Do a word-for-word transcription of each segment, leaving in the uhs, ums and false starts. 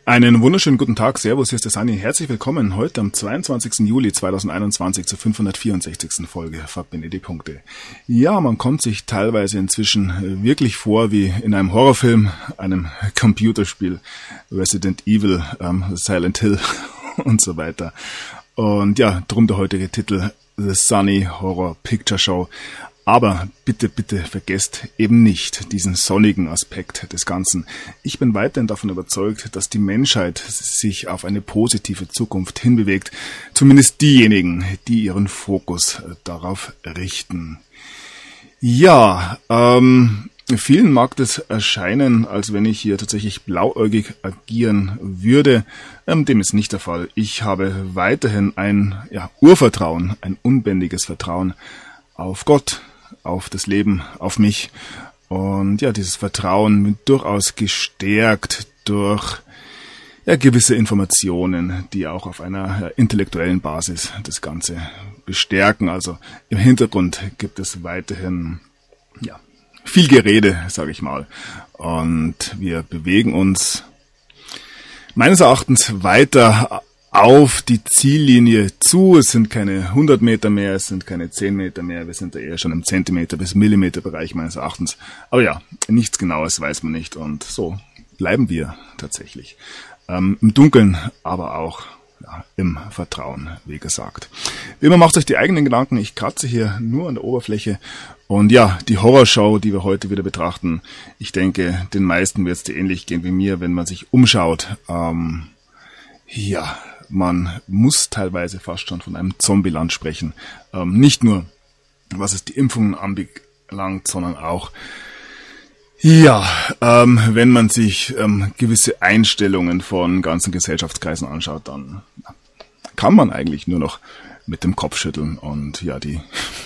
Einen wunderschönen guten Tag, Servus, hier ist der Sani. Herzlich willkommen heute am zweiundzwanzigsten Juli zweitausendeinundzwanzig zur fünfhundertvierundsechzigsten Folge Verbinde die Punkte. Ja, man kommt sich teilweise inzwischen wirklich vor wie in einem Horrorfilm, einem Computerspiel, Resident Evil, ähm, Silent Hill und so weiter. Und ja, drum der heutige Titel The Sunny Horror Picture Show. Aber bitte, bitte vergesst eben nicht diesen sonnigen Aspekt des Ganzen. Ich bin weiterhin davon überzeugt, dass die Menschheit sich auf eine positive Zukunft hinbewegt. Zumindest diejenigen, die ihren Fokus darauf richten. Ja, ähm, vielen mag das erscheinen, als wenn ich hier tatsächlich blauäugig agieren würde. Ähm, dem ist nicht der Fall. Ich habe weiterhin ein ja, Urvertrauen, ein unbändiges Vertrauen auf Gott, auf das Leben, auf mich. Und ja, dieses Vertrauen wird durchaus gestärkt durch ja, gewisse Informationen, die auch auf einer ja, intellektuellen Basis das Ganze bestärken. Also im Hintergrund gibt es weiterhin ja, viel Gerede, sage ich mal. Und wir bewegen uns meines Erachtens weiter auf die Ziellinie zu. Es sind keine hundert Meter mehr, es sind keine zehn Meter mehr, wir sind da eher schon im Zentimeter- bis Millimeter-Bereich meines Erachtens. Aber ja, nichts Genaues weiß man nicht und so bleiben wir tatsächlich. Ähm, im Dunkeln, aber auch ja, im Vertrauen, wie gesagt. Wie immer macht euch die eigenen Gedanken, ich kratze hier nur an der Oberfläche. Und ja, die Horrorshow, die wir heute wieder betrachten, ich denke, den meisten wird es ähnlich gehen wie mir, wenn man sich umschaut. Ähm, ja, man muss teilweise fast schon von einem Zombieland sprechen. Ähm, nicht nur, was es die Impfungen anbelangt, sondern auch, ja, ähm, wenn man sich ähm, gewisse Einstellungen von ganzen Gesellschaftskreisen anschaut, dann kann man eigentlich nur noch mit dem Kopf schütteln und ja, die,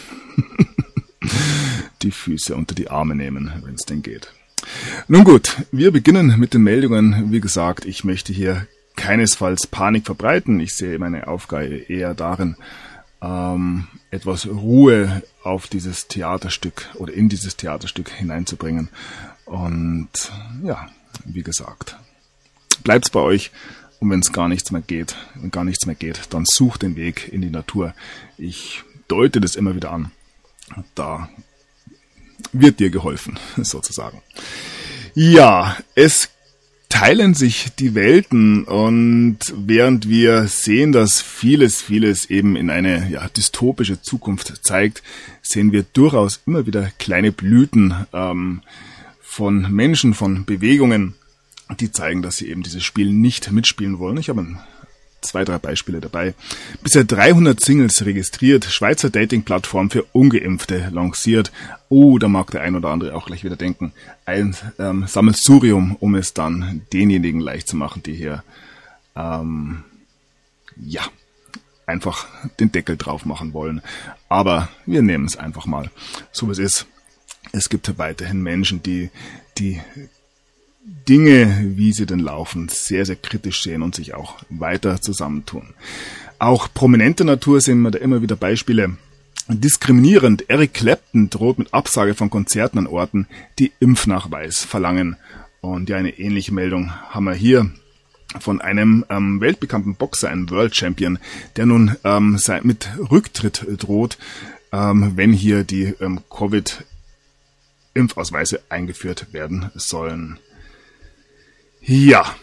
die Füße unter die Arme nehmen, wenn es denn geht. Nun gut, wir beginnen mit den Meldungen. Wie gesagt, ich möchte hier keinesfalls Panik verbreiten. Ich sehe meine Aufgabe eher darin, ähm, etwas Ruhe auf dieses Theaterstück oder in dieses Theaterstück hineinzubringen. Und ja, wie gesagt, bleibt's bei euch. Und wenn es gar nichts mehr geht, wenn gar nichts mehr geht, dann sucht den Weg in die Natur. Ich deute das immer wieder an. Da wird dir geholfen, sozusagen. Ja, es teilen sich die Welten und während wir sehen, dass vieles, vieles eben in eine ja, dystopische Zukunft zeigt, sehen wir durchaus immer wieder kleine Blüten ähm, von Menschen, von Bewegungen, die zeigen, dass sie eben dieses Spiel nicht mitspielen wollen. Ich habe zwei, drei Beispiele dabei. Bisher dreihundert Singles registriert, Schweizer Dating-Plattform für Ungeimpfte lanciert. Oh, da mag der ein oder andere auch gleich wieder denken, ein ähm, Sammelsurium, um es dann denjenigen leicht zu machen, die hier ähm, ja einfach den Deckel drauf machen wollen. Aber wir nehmen es einfach mal, so wie es ist. Es gibt weiterhin Menschen, die die Dinge, wie sie denn laufen, sehr, sehr kritisch sehen und sich auch weiter zusammentun. Auch prominente Natur sehen wir da immer wieder Beispiele. Diskriminierend, Eric Clapton droht mit Absage von Konzerten an Orten, die Impfnachweis verlangen. Und ja, eine ähnliche Meldung haben wir hier von einem ähm, weltbekannten Boxer, einem World Champion, der nun ähm, mit Rücktritt droht, ähm, wenn hier die ähm, Covid-Impfausweise eingeführt werden sollen. Ja.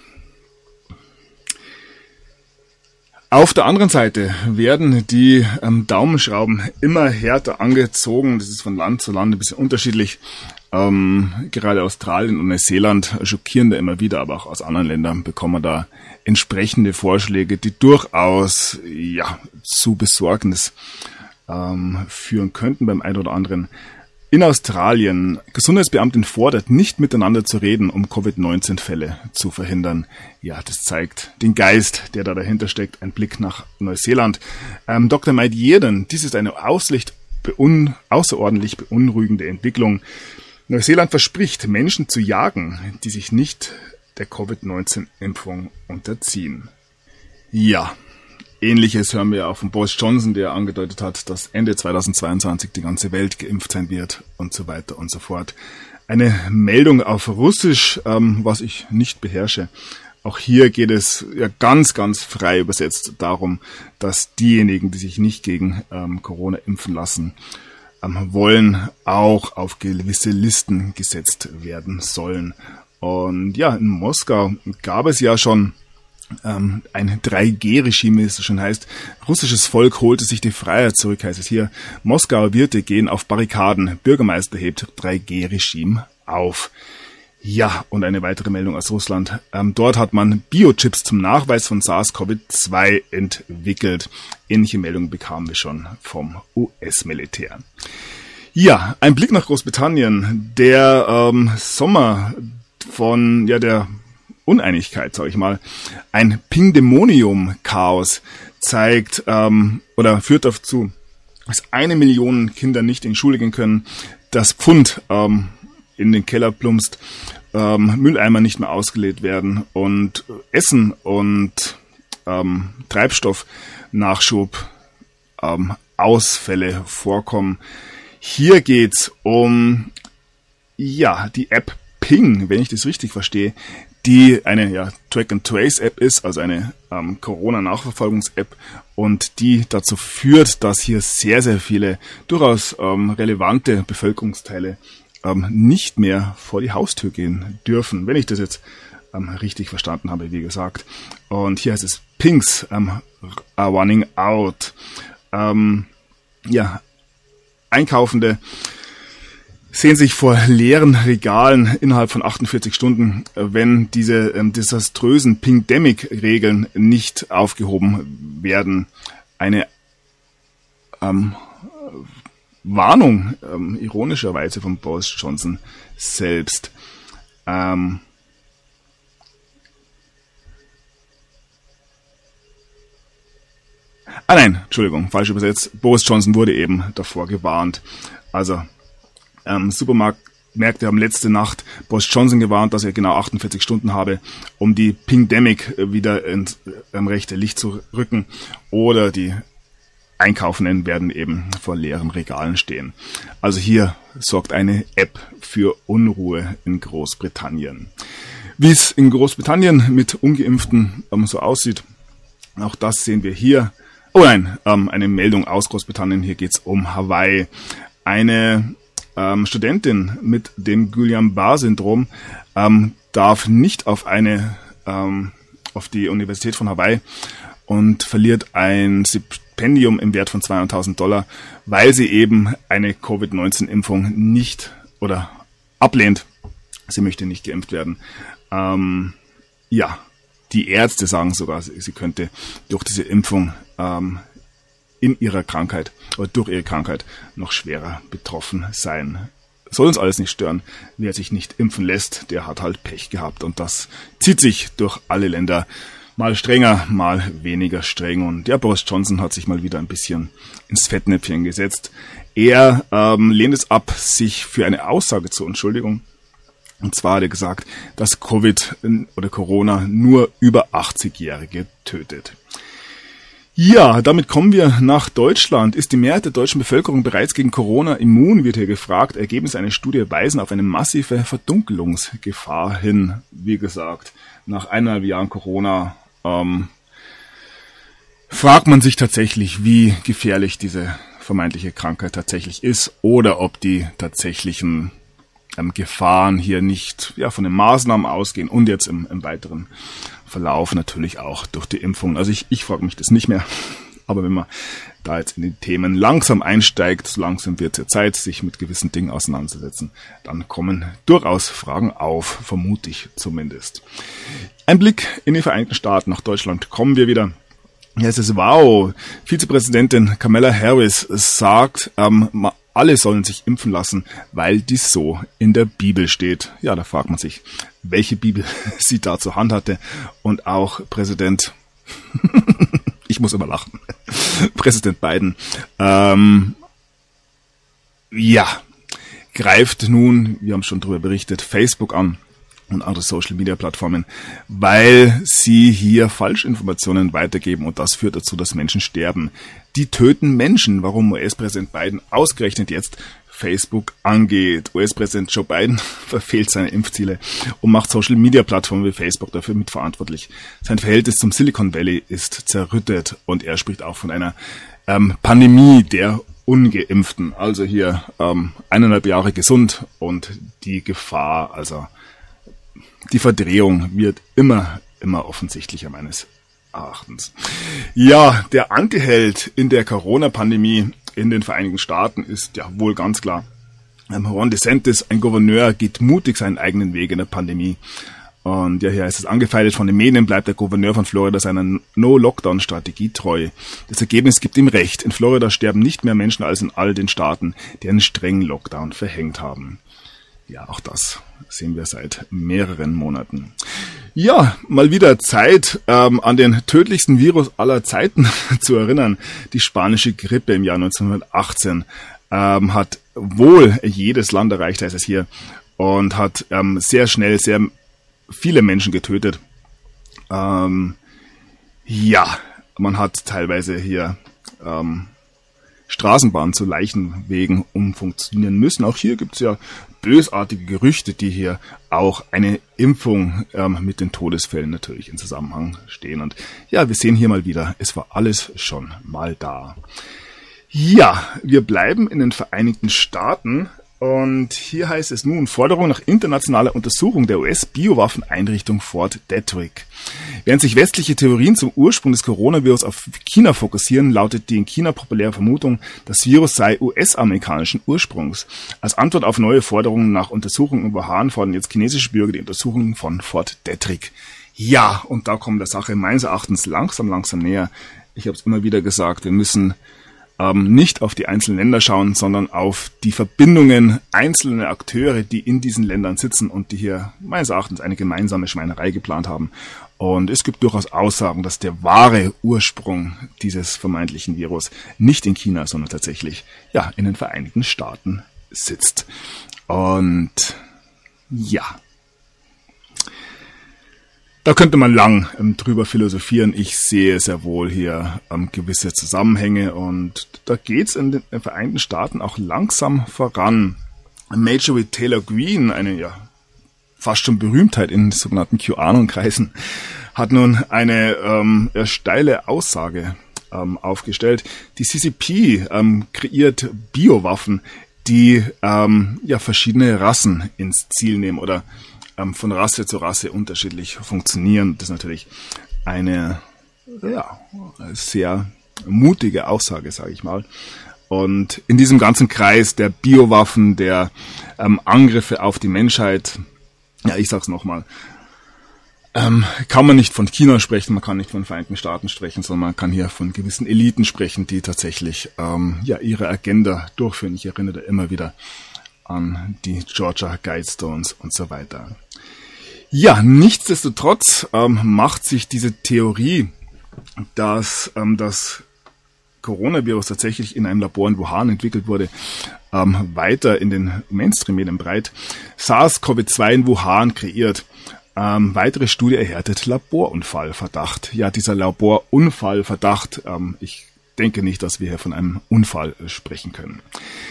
Auf der anderen Seite werden die ähm, Daumenschrauben immer härter angezogen. Das ist von Land zu Land ein bisschen unterschiedlich. Ähm, gerade Australien und Neuseeland schockieren da immer wieder, aber auch aus anderen Ländern bekommen wir da entsprechende Vorschläge, die durchaus ja zu Besorgnis ähm, führen könnten beim einen oder anderen. In Australien, Gesundheitsbeamtin fordert, nicht miteinander zu reden, um Covid neunzehn Fälle zu verhindern. Ja, das zeigt den Geist, der da dahinter steckt. Ein Blick nach Neuseeland. Ähm, Doktor Maid Jeden, dies ist eine auslicht beun- außerordentlich beunruhigende Entwicklung. Neuseeland verspricht, Menschen zu jagen, die sich nicht der Covid neunzehn Impfung unterziehen. Ja. Ähnliches hören wir auch von Boris Johnson, der angedeutet hat, dass Ende zweitausendzweiundzwanzig die ganze Welt geimpft sein wird und so weiter und so fort. Eine Meldung auf Russisch, ähm, was ich nicht beherrsche, Auch hier geht es ja ganz, ganz frei übersetzt darum, dass diejenigen, die sich nicht gegen ähm, Corona impfen lassen ähm, wollen, auch auf gewisse Listen gesetzt werden sollen. Und ja, in Moskau gab es ja schon ähm, ein drei G Regime, wie es so schon heißt. Russisches Volk holte sich die Freiheit zurück, heißt es hier. Moskauer Wirte gehen auf Barrikaden. Bürgermeister hebt drei G Regime auf. Ja, und eine weitere Meldung aus Russland. Ähm, dort hat man Biochips zum Nachweis von SARS-CoV zwei entwickelt. Ähnliche Meldungen bekamen wir schon vom U S-Militär. Ja, ein Blick nach Großbritannien. Der ähm, Sommer von ja der Uneinigkeit, sage ich mal. Ein Pingdemonium-Chaos zeigt ähm, oder führt dazu, dass eine Million Kinder nicht in die Schule gehen können, das Pfund ähm, in den Keller plumpst, ähm, Mülleimer nicht mehr ausgeleert werden und Essen und ähm, Treibstoffnachschub, ähm, Ausfälle vorkommen. Hier geht's um ja die App Ping, wenn ich das richtig verstehe, die eine ja, Track-and-Trace-App ist, also eine ähm, Corona-Nachverfolgungs-App und die dazu führt, dass hier sehr, sehr viele durchaus ähm, relevante Bevölkerungsteile ähm, nicht mehr vor die Haustür gehen dürfen, wenn ich das jetzt ähm, richtig verstanden habe, wie gesagt. Und hier heißt es Pings ähm, are running out. Ähm, ja, Einkaufende sehen sich vor leeren Regalen innerhalb von achtundvierzig Stunden, wenn diese ähm, desaströsen Pingdemic-Regeln nicht aufgehoben werden. Eine ähm, Warnung, ähm, ironischerweise von Boris Johnson selbst. Ähm, ah nein, Entschuldigung, falsch übersetzt. Boris Johnson wurde eben davor gewarnt. Also Ähm, Supermärkte haben letzte Nacht Boris Johnson gewarnt, dass er genau achtundvierzig Stunden habe, um die Pingdemic wieder ins ähm, rechte Licht zu rücken. Oder die Einkaufenden werden eben vor leeren Regalen stehen. Also hier sorgt eine App für Unruhe in Großbritannien. Wie es in Großbritannien mit Ungeimpften ähm, so aussieht, auch das sehen wir hier. Oh nein, ähm, eine Meldung aus Großbritannien. Hier geht's um Hawaii. Eine Ähm, Studentin mit dem Guillain-Barré-Syndrom ähm, darf nicht auf eine ähm, auf die Universität von Hawaii und verliert ein Stipendium im Wert von zweihunderttausend Dollar, weil sie eben eine Covid neunzehn Impfung nicht oder ablehnt. Sie möchte nicht geimpft werden. Ähm, ja, die Ärzte sagen sogar, sie könnte durch diese Impfung ähm, in ihrer Krankheit oder durch ihre Krankheit noch schwerer betroffen sein. Soll uns alles nicht stören. Wer sich nicht impfen lässt, der hat halt Pech gehabt. Und das zieht sich durch alle Länder. Mal strenger, mal weniger streng. Und ja, Boris Johnson hat sich mal wieder ein bisschen ins Fettnäpfchen gesetzt. Er ähm, lehnt es ab, sich für eine Aussage zur Entschuldigung. Und zwar hat er gesagt, dass Covid oder Corona nur über achtzigjährige tötet. Ja, damit kommen wir nach Deutschland. Ist die Mehrheit der deutschen Bevölkerung bereits gegen Corona immun, wird hier gefragt. Ergebnisse einer Studie weisen auf eine massive Verdunkelungsgefahr hin. Wie gesagt, nach eineinhalb Jahren Corona ähm, fragt man sich tatsächlich, wie gefährlich diese vermeintliche Krankheit tatsächlich ist oder ob die tatsächlichen ähm, Gefahren hier nicht ja, von den Maßnahmen ausgehen und jetzt im, im weiteren Verlauf natürlich auch durch die Impfung. Also ich, ich frage mich das nicht mehr. Aber wenn man da jetzt in die Themen langsam einsteigt, so langsam wird es ja Zeit, sich mit gewissen Dingen auseinanderzusetzen, dann kommen durchaus Fragen auf, vermute ich zumindest. Ein Blick in die Vereinigten Staaten, nach Deutschland kommen wir wieder. Ja, es ist wow. Vizepräsidentin Kamala Harris sagt, ähm, alle sollen sich impfen lassen, weil dies so in der Bibel steht. Ja, da fragt man sich, welche Bibel sie da zur Hand hatte. Und auch Präsident, ich muss immer lachen, Präsident Biden, ähm, ja, greift nun, wir haben schon darüber berichtet, Facebook an und andere Social-Media-Plattformen, weil sie hier Falschinformationen weitergeben und das führt dazu, dass Menschen sterben. Die töten Menschen. Warum U S-Präsident Biden ausgerechnet jetzt Facebook angeht. U S-Präsident Joe Biden verfehlt seine Impfziele und macht Social-Media-Plattformen wie Facebook dafür mitverantwortlich. Sein Verhältnis zum Silicon Valley ist zerrüttet und er spricht auch von einer ähm, Pandemie der Ungeimpften. Also hier ähm, eineinhalb Jahre gesund und die Gefahr, also die Verdrehung wird immer, immer offensichtlicher meines Erachtens. Ja, der Antiheld in der Corona-Pandemie in den Vereinigten Staaten ist ja wohl ganz klar Ron DeSantis, ein Gouverneur, geht mutig seinen eigenen Weg in der Pandemie. Und ja, hier ist es angefeindet von den Medien, bleibt der Gouverneur von Florida seiner No-Lockdown-Strategie treu. Das Ergebnis gibt ihm recht. In Florida sterben nicht mehr Menschen als in all den Staaten, die einen strengen Lockdown verhängt haben. Ja, auch das sehen wir seit mehreren Monaten. Ja, mal wieder Zeit, ähm, an den tödlichsten Virus aller Zeiten zu erinnern. Die spanische Grippe im Jahr neunzehnhundertachtzehn ähm, hat wohl jedes Land erreicht, heißt es hier, und hat ähm, sehr schnell sehr viele Menschen getötet. Ähm, ja, man hat teilweise hier ähm, Straßenbahnen zu Leichenwegen umfunktionieren müssen. Auch hier gibt es ja bösartige Gerüchte, die hier auch eine Impfung ähm, mit den Todesfällen natürlich in Zusammenhang stehen. Und ja, wir sehen hier mal wieder, es war alles schon mal da. Ja, wir bleiben in den Vereinigten Staaten. Und hier heißt es nun, Forderung nach internationaler Untersuchung der U S-Biowaffeneinrichtung Fort Detrick. Während sich westliche Theorien zum Ursprung des Coronavirus auf China fokussieren, lautet die in China populäre Vermutung, das Virus sei U S-amerikanischen Ursprungs. Als Antwort auf neue Forderungen nach Untersuchungen in Wuhan fordern jetzt chinesische Bürger die Untersuchung von Fort Detrick. Ja, und da kommt der Sache meines Erachtens langsam, langsam näher. Ich habe es immer wieder gesagt, wir müssen Ähm, nicht auf die einzelnen Länder schauen, sondern auf die Verbindungen einzelner Akteure, die in diesen Ländern sitzen und die hier meines Erachtens eine gemeinsame Schweinerei geplant haben. Und es gibt durchaus Aussagen, dass der wahre Ursprung dieses vermeintlichen Virus nicht in China, sondern tatsächlich ja in den Vereinigten Staaten sitzt. Und ja, da könnte man lang ähm, drüber philosophieren. Ich sehe sehr wohl hier ähm, gewisse Zusammenhänge und da geht's in den äh, Vereinigten Staaten auch langsam voran. Major wie Taylor Greene, eine ja fast schon Berühmtheit in sogenannten QAnon-Kreisen, hat nun eine ähm, steile Aussage ähm, aufgestellt. Die C C P ähm, kreiert Biowaffen, die ähm, ja verschiedene Rassen ins Ziel nehmen oder von Rasse zu Rasse unterschiedlich funktionieren. Das ist natürlich eine ja, sehr mutige Aussage, sage ich mal. Und in diesem ganzen Kreis der Biowaffen, der ähm, Angriffe auf die Menschheit, ja, ich sag's nochmal, ähm, kann man nicht von China sprechen, man kann nicht von den Vereinigten Staaten sprechen, sondern man kann hier von gewissen Eliten sprechen, die tatsächlich ähm, ja ihre Agenda durchführen. Ich erinnere da immer wieder an die Georgia Guidestones und so weiter. Ja, nichtsdestotrotz ähm, macht sich diese Theorie, dass ähm, das Coronavirus tatsächlich in einem Labor in Wuhan entwickelt wurde, ähm, weiter in den Mainstream-Medien breit. SARS-CoV zwei in Wuhan kreiert. Ähm, weitere Studie erhärtet Laborunfallverdacht. Ja, dieser Laborunfallverdacht, ähm, ich denke nicht, dass wir hier von einem Unfall äh, sprechen können.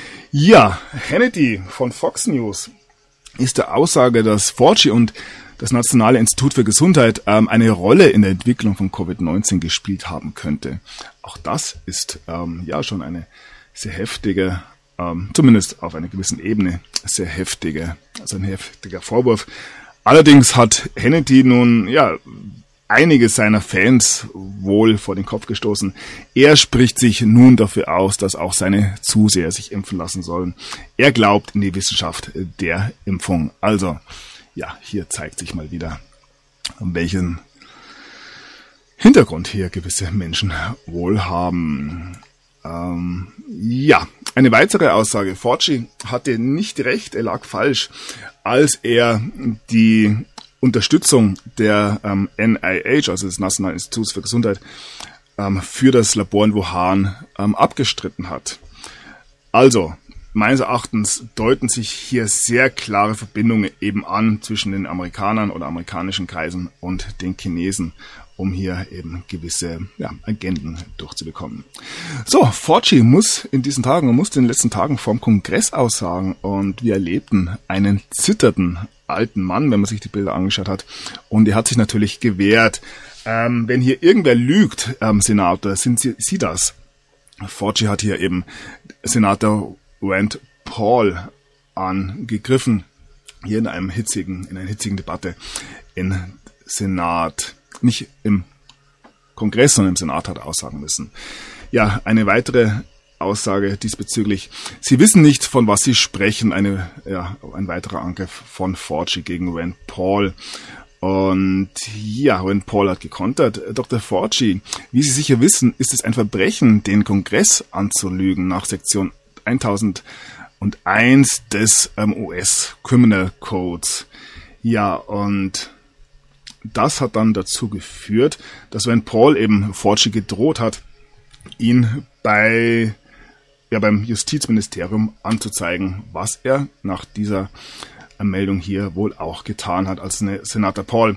Ja, Hannity von Fox News ist der Aussage, dass Fauci und das Nationale Institut für Gesundheit ähm, eine Rolle in der Entwicklung von Covid neunzehn gespielt haben könnte. Auch das ist ähm, ja schon eine sehr heftige, ähm, zumindest auf einer gewissen Ebene, sehr heftige, also ein heftiger Vorwurf. Allerdings hat Hannity nun ja einige seiner Fans wohl vor den Kopf gestoßen. Er spricht sich nun dafür aus, dass auch seine Zuseher sich impfen lassen sollen. Er glaubt in die Wissenschaft der Impfung. Also, ja, hier zeigt sich mal wieder, welchen Hintergrund hier gewisse Menschen wohl haben. Ähm, ja, eine weitere Aussage. Fauci hatte nicht recht, er lag falsch, als er die Unterstützung der ähm, N I H, also des Nationalen Instituts für Gesundheit, ähm, für das Labor in Wuhan ähm, abgestritten hat. Also, meines Erachtens deuten sich hier sehr klare Verbindungen eben an zwischen den Amerikanern oder amerikanischen Kreisen und den Chinesen, um hier eben gewisse ja, Agenden durchzubekommen. So, Fauci muss in diesen Tagen, muss in den letzten Tagen vorm Kongress aussagen und wir erlebten einen zitternden alten Mann, wenn man sich die Bilder angeschaut hat, und er hat sich natürlich gewehrt. Ähm, wenn hier irgendwer lügt, ähm, Senator, sind Sie, Sie das? Fauci hat hier eben Senator Rand Paul angegriffen, hier in einem hitzigen, in einer hitzigen Debatte im Senat. Nicht im Kongress, sondern im Senat hat er aussagen müssen. Ja, eine weitere Aussage diesbezüglich. Sie wissen nicht, von was Sie sprechen. Eine, ja, ein weiterer Angriff von Fauci gegen Rand Paul. Und ja, Rand Paul hat gekontert. Doktor Fauci, wie Sie sicher wissen, ist es ein Verbrechen, den Kongress anzulügen nach Sektion eins des ähm, U S Criminal Codes. Ja, und das hat dann dazu geführt, dass Rand Paul eben Fauci gedroht hat, ihn bei, ja, beim Justizministerium anzuzeigen, was er nach dieser Meldung hier wohl auch getan hat. Als Senator Paul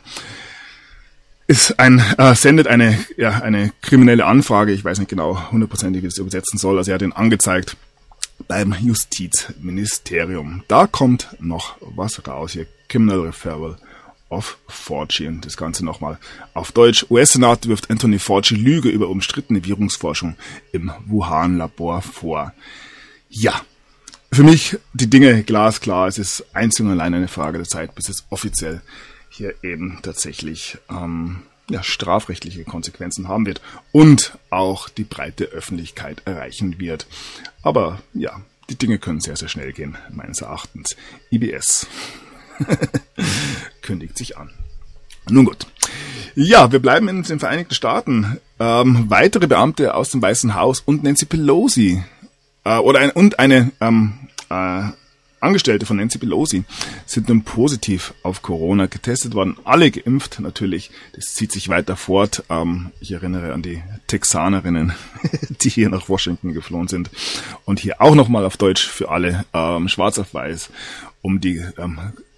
ist ein, äh, sendet eine, ja, eine kriminelle Anfrage, ich weiß nicht genau hundertprozentig, wie ich es übersetzen soll, also er hat ihn angezeigt beim Justizministerium. Da kommt noch was raus hier, Criminal Referral of Fauci, und das Ganze nochmal auf Deutsch. U S-Senat wirft Anthony Fauci Lüge über umstrittene Virusforschung im Wuhan-Labor vor. Ja, für mich die Dinge glasklar. Es ist einzig und allein eine Frage der Zeit, bis es offiziell hier eben tatsächlich ähm, ja, strafrechtliche Konsequenzen haben wird und auch die breite Öffentlichkeit erreichen wird. Aber ja, die Dinge können sehr, sehr schnell gehen, meines Erachtens. I B S kündigt sich an. Nun gut. Ja, wir bleiben in den Vereinigten Staaten. Ähm, weitere Beamte aus dem Weißen Haus und Nancy Pelosi äh, oder ein, und eine ähm, äh, Angestellte von Nancy Pelosi sind nun positiv auf Corona getestet worden. Alle geimpft natürlich. Das zieht sich weiter fort. Ähm, ich erinnere an die Texanerinnen, die hier nach Washington geflohen sind. Und hier auch nochmal auf Deutsch für alle, ähm, schwarz auf weiß, um die ähm,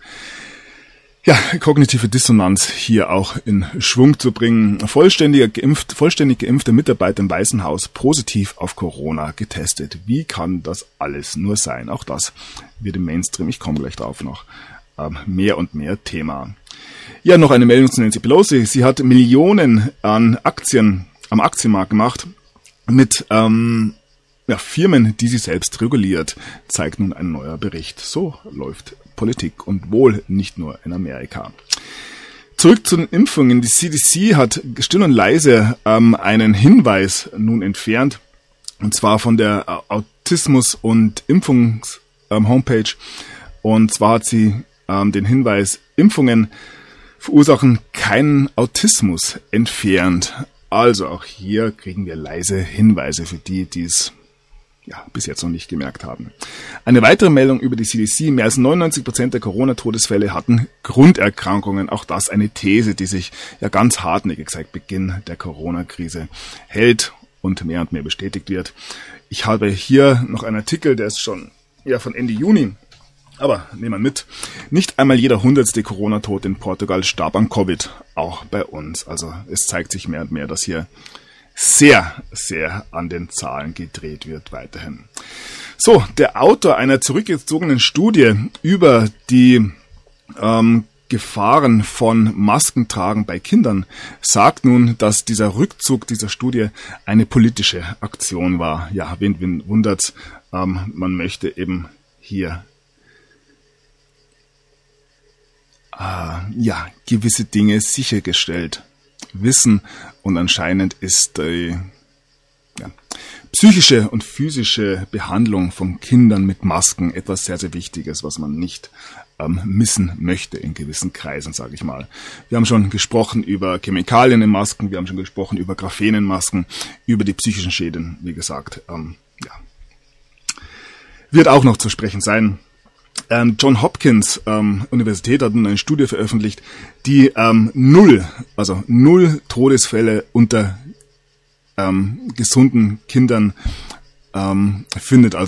ja, kognitive Dissonanz hier auch in Schwung zu bringen. Vollständiger geimpft, vollständig geimpfte Mitarbeiter im Weißen Haus positiv auf Corona getestet. Wie kann das alles nur sein? Auch das wird im Mainstream, ich komme gleich drauf noch, ähm, mehr und mehr Thema. Ja, noch eine Meldung zu Nancy Pelosi. Sie hat Millionen an Aktien am Aktienmarkt gemacht mit ähm, ja, Firmen, die sie selbst reguliert, zeigt nun ein neuer Bericht. So läuft Politik und wohl nicht nur in Amerika. Zurück zu den Impfungen. Die C D C hat still und leise ähm, einen Hinweis nun entfernt, und zwar von der Autismus- und Impfungs-Homepage. Ähm, und zwar hat sie ähm, den Hinweis, Impfungen verursachen keinen Autismus entfernt. Also auch hier kriegen wir leise Hinweise für die, die es ja, bis jetzt noch nicht gemerkt haben. Eine weitere Meldung über die C D C. Mehr als neunundneunzig Prozent der Corona-Todesfälle hatten Grunderkrankungen. Auch das eine These, die sich ja ganz hartnäckig seit Beginn der Corona-Krise hält und mehr und mehr bestätigt wird. Ich habe hier noch einen Artikel, der ist schon ja von Ende Juni. Aber nehmen wir mit. Nicht einmal jeder hundertste Corona-Tod in Portugal starb an Covid. Auch bei uns. Also es zeigt sich mehr und mehr, dass hier sehr, sehr an den Zahlen gedreht wird weiterhin. So, der Autor einer zurückgezogenen Studie über die ähm, Gefahren von Maskentragen bei Kindern sagt nun, dass dieser Rückzug dieser Studie eine politische Aktion war. Ja, wen, wen wundert's? Ähm, man möchte eben hier äh, ja gewisse Dinge sichergestellt wissen, und anscheinend ist die ja, psychische und physische Behandlung von Kindern mit Masken etwas sehr, sehr Wichtiges, was man nicht ähm, missen möchte in gewissen Kreisen, sage ich mal. Wir haben schon gesprochen über Chemikalien in Masken, wir haben schon gesprochen über Graphen in Masken, über die psychischen Schäden, wie gesagt, ähm, ja, wird auch noch zu sprechen sein. Ähm, John Hopkins ähm, Universität hat eine Studie veröffentlicht, die ähm, null, also null Todesfälle unter ähm, gesunden Kindern ähm, findet, also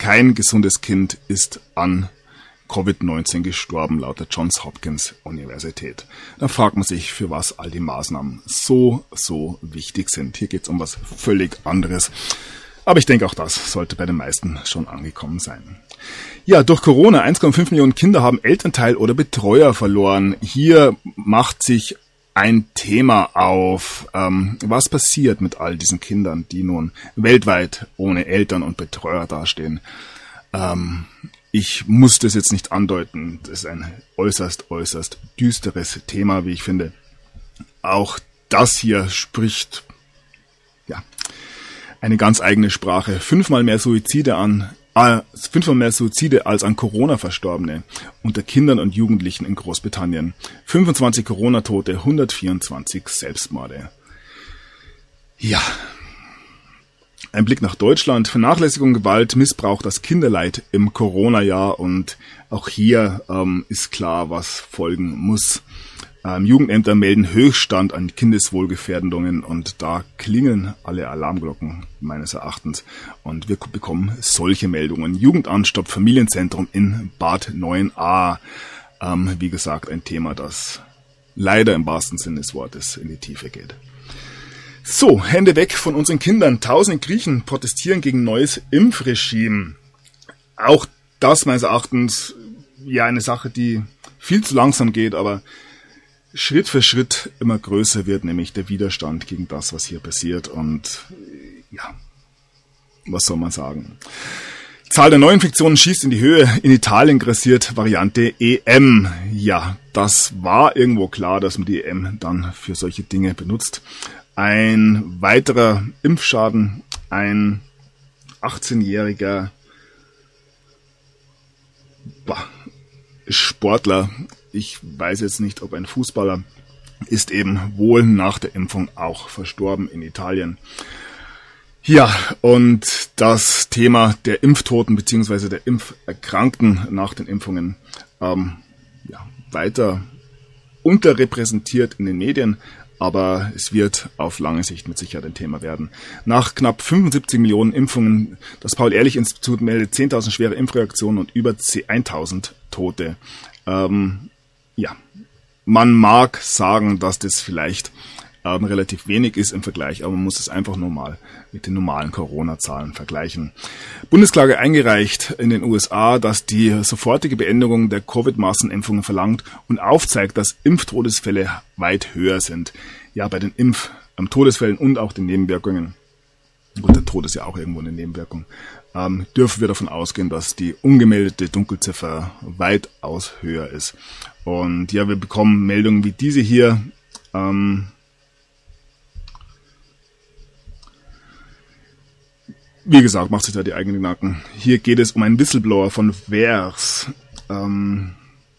kein gesundes Kind ist an Covid neunzehn gestorben, laut der Johns Hopkins Universität. Da fragt man sich, für was all die Maßnahmen so, so wichtig sind. Hier geht es um was völlig anderes. Aber ich denke, auch das sollte bei den meisten schon angekommen sein. Ja, durch Corona eins Komma fünf Millionen Kinder haben Elternteil oder Betreuer verloren. Hier macht sich ein Thema auf. Ähm, was passiert mit all diesen Kindern, die nun weltweit ohne Eltern und Betreuer dastehen? Ähm, ich muss das jetzt nicht andeuten. Das ist ein äußerst, äußerst düsteres Thema, wie ich finde. Auch das hier spricht, ja, eine ganz eigene Sprache. Fünfmal mehr Suizide an, äh, fünfmal mehr Suizide als an Corona-Verstorbene unter Kindern und Jugendlichen in Großbritannien. fünfundzwanzig Corona-Tote, hundertvierundzwanzig Selbstmorde. Ja. Ein Blick nach Deutschland. Vernachlässigung, Gewalt, Missbrauch, das Kinderleid im Corona-Jahr. Und auch hier ähm, ist klar, was folgen muss. Ähm, Jugendämter melden Höchststand an Kindeswohlgefährdungen und da klingeln alle Alarmglocken meines Erachtens und wir bekommen solche Meldungen. Jugendamt stoppt Familienzentrum in Bad neun a. Ähm, wie gesagt, ein Thema, das leider im wahrsten Sinne des Wortes in die Tiefe geht. So, Hände weg von unseren Kindern. Tausende Griechen protestieren gegen neues Impfregime. Auch das meines Erachtens ja eine Sache, die viel zu langsam geht, aber Schritt für Schritt immer größer wird, nämlich der Widerstand gegen das, was hier passiert. Und ja, was soll man sagen? Die Zahl der Neuinfektionen schießt in die Höhe. In Italien grassiert Variante E M. Ja, das war irgendwo klar, dass man die E M dann für solche Dinge benutzt. Ein weiterer Impfschaden, ein achtzehnjähriger bah, Sportler, ich weiß jetzt nicht, ob ein Fußballer, ist eben wohl nach der Impfung auch verstorben in Italien. Ja, und das Thema der Impftoten bzw. der Impferkrankten nach den Impfungen ähm, ja, weiter unterrepräsentiert in den Medien, aber es wird auf lange Sicht mit Sicherheit ein Thema werden. Nach knapp fünfundsiebzig Millionen Impfungen, das Paul-Ehrlich-Institut meldet zehntausend schwere Impfreaktionen und über eintausend Tote. Ähm, ja, man mag sagen, dass das vielleicht ähm, relativ wenig ist im Vergleich, aber man muss es einfach nur mal mit den normalen Corona-Zahlen vergleichen. Bundesklage eingereicht in den U S A, dass die sofortige Beendigung der Covid-Massenimpfungen verlangt und aufzeigt, dass Impftodesfälle weit höher sind. Ja, bei den Impf-Todesfällen und auch den Nebenwirkungen. Gut, der Tod ist ja auch irgendwo eine Nebenwirkung. Ähm, dürfen wir davon ausgehen, dass die ungemeldete Dunkelziffer weitaus höher ist. Und ja, wir bekommen Meldungen wie diese hier. Ähm, wie gesagt, macht sich da die eigenen Gedanken. Hier geht es um einen Whistleblower von Vers. Ähm,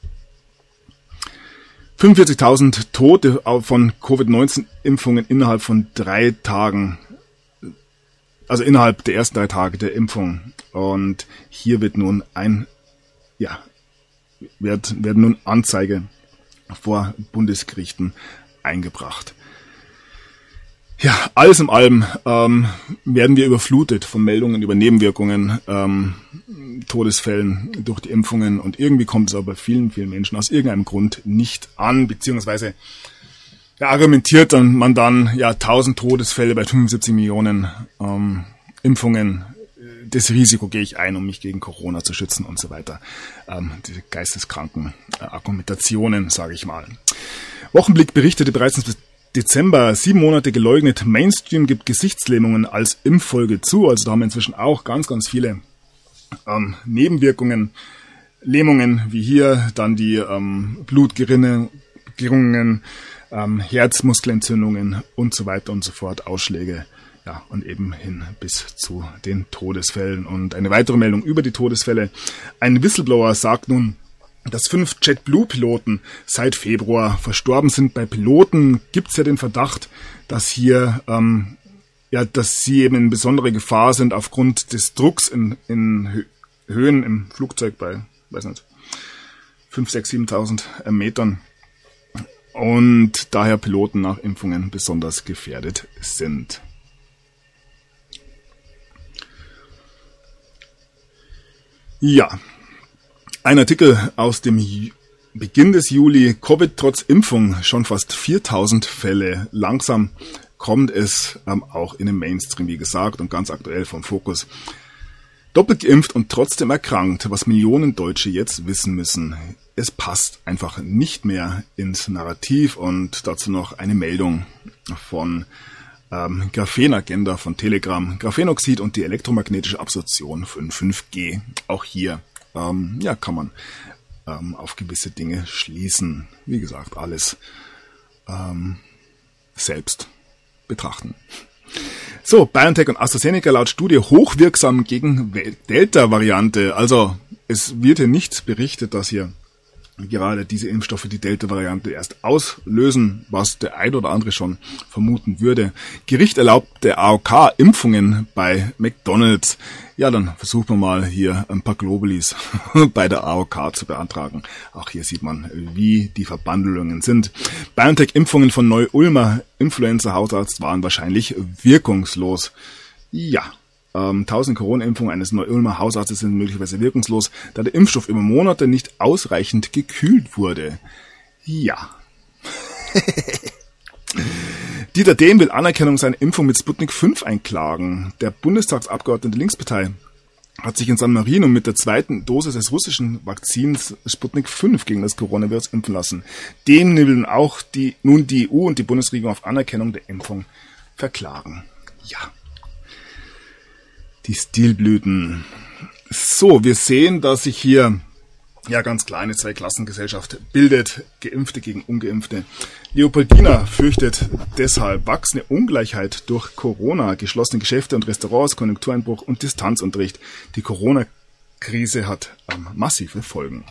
fünfundvierzigtausend Tote von Covid neunzehn Impfungen innerhalb von drei Tagen. Also innerhalb der ersten drei Tage der Impfung. Und hier wird nun ein, ja, wird, werden nun Anzeige vor Bundesgerichten eingebracht. Ja, alles in allem ähm, werden wir überflutet von Meldungen über Nebenwirkungen, ähm, Todesfällen durch die Impfungen und irgendwie kommt es aber bei vielen, vielen Menschen aus irgendeinem Grund nicht an, beziehungsweise ja, argumentiert dann man dann ja tausend Todesfälle bei fünfundsiebzig Millionen ähm, Impfungen. Das Risiko gehe ich ein, um mich gegen Corona zu schützen und so weiter. Ähm, diese geisteskranken äh, Argumentationen, sage ich mal. Wochenblick berichtete bereits im Dezember, sieben Monate geleugnet, Mainstream gibt Gesichtslähmungen als Impffolge zu. Also da haben wir inzwischen auch ganz, ganz viele ähm, Nebenwirkungen, Lähmungen wie hier, dann die ähm, Blutgerinnungen, ähm, Herzmuskelentzündungen und so weiter und so fort, Ausschläge. Ja, und eben hin bis zu den Todesfällen. Und eine weitere Meldung über die Todesfälle. Ein Whistleblower sagt nun, dass fünf JetBlue-Piloten seit Februar verstorben sind. Bei Piloten gibt es ja den Verdacht, dass hier, ähm, ja, dass sie eben in besondere Gefahr sind aufgrund des Drucks in, in Höhen im Flugzeug bei, weiß nicht, fünf, sechs, siebentausend Metern. Und daher Piloten nach Impfungen besonders gefährdet sind. Ja, ein Artikel aus dem Ju- Beginn des Juli, Covid trotz Impfung, schon fast viertausend Fälle. Langsam kommt es ähm, auch in den Mainstream, wie gesagt, und ganz aktuell vom Fokus. Doppelt geimpft und trotzdem erkrankt, was Millionen Deutsche jetzt wissen müssen. Es passt einfach nicht mehr ins Narrativ und dazu noch eine Meldung von ähm, Graphenagenda von Telegram, Graphenoxid und die elektromagnetische Absorption von fünf G. Auch hier ähm, ja, kann man ähm, auf gewisse Dinge schließen. Wie gesagt, alles ähm, selbst betrachten. So, BioNTech und AstraZeneca laut Studie hochwirksam gegen Delta-Variante. Also es wird hier nicht berichtet, dass hier gerade diese Impfstoffe die Delta-Variante erst auslösen, was der ein oder andere schon vermuten würde. Gericht erlaubt der A O K Impfungen bei McDonald's. Ja, dann versuchen wir mal hier ein paar Globulis bei der A O K zu beantragen. Auch hier sieht man, wie die Verbandelungen sind. BioNTech-Impfungen von Neu-Ulmer Influenza-Hausarzt waren wahrscheinlich wirkungslos. Ja. Ähm, tausend Corona-Impfungen eines Neu-Ulmer Hausarztes sind möglicherweise wirkungslos, da der Impfstoff über Monate nicht ausreichend gekühlt wurde. Ja. Dieter Dehm will Anerkennung seiner Impfung mit Sputnik fünf einklagen. Der Bundestagsabgeordnete der Linkspartei hat sich in San Marino mit der zweiten Dosis des russischen Vakzins Sputnik fünf gegen das Coronavirus impfen lassen. Dem will auch die, nun die E U und die Bundesregierung auf Anerkennung der Impfung verklagen. Ja. Die Stilblüten. So, wir sehen, dass sich hier ja ganz klar eine Zweiklassengesellschaft bildet. Geimpfte gegen Ungeimpfte. Leopoldina fürchtet deshalb wachsende Ungleichheit durch Corona, geschlossene Geschäfte und Restaurants, Konjunktureinbruch und Distanzunterricht. Die Corona-Krise hat ähm, massive Folgen.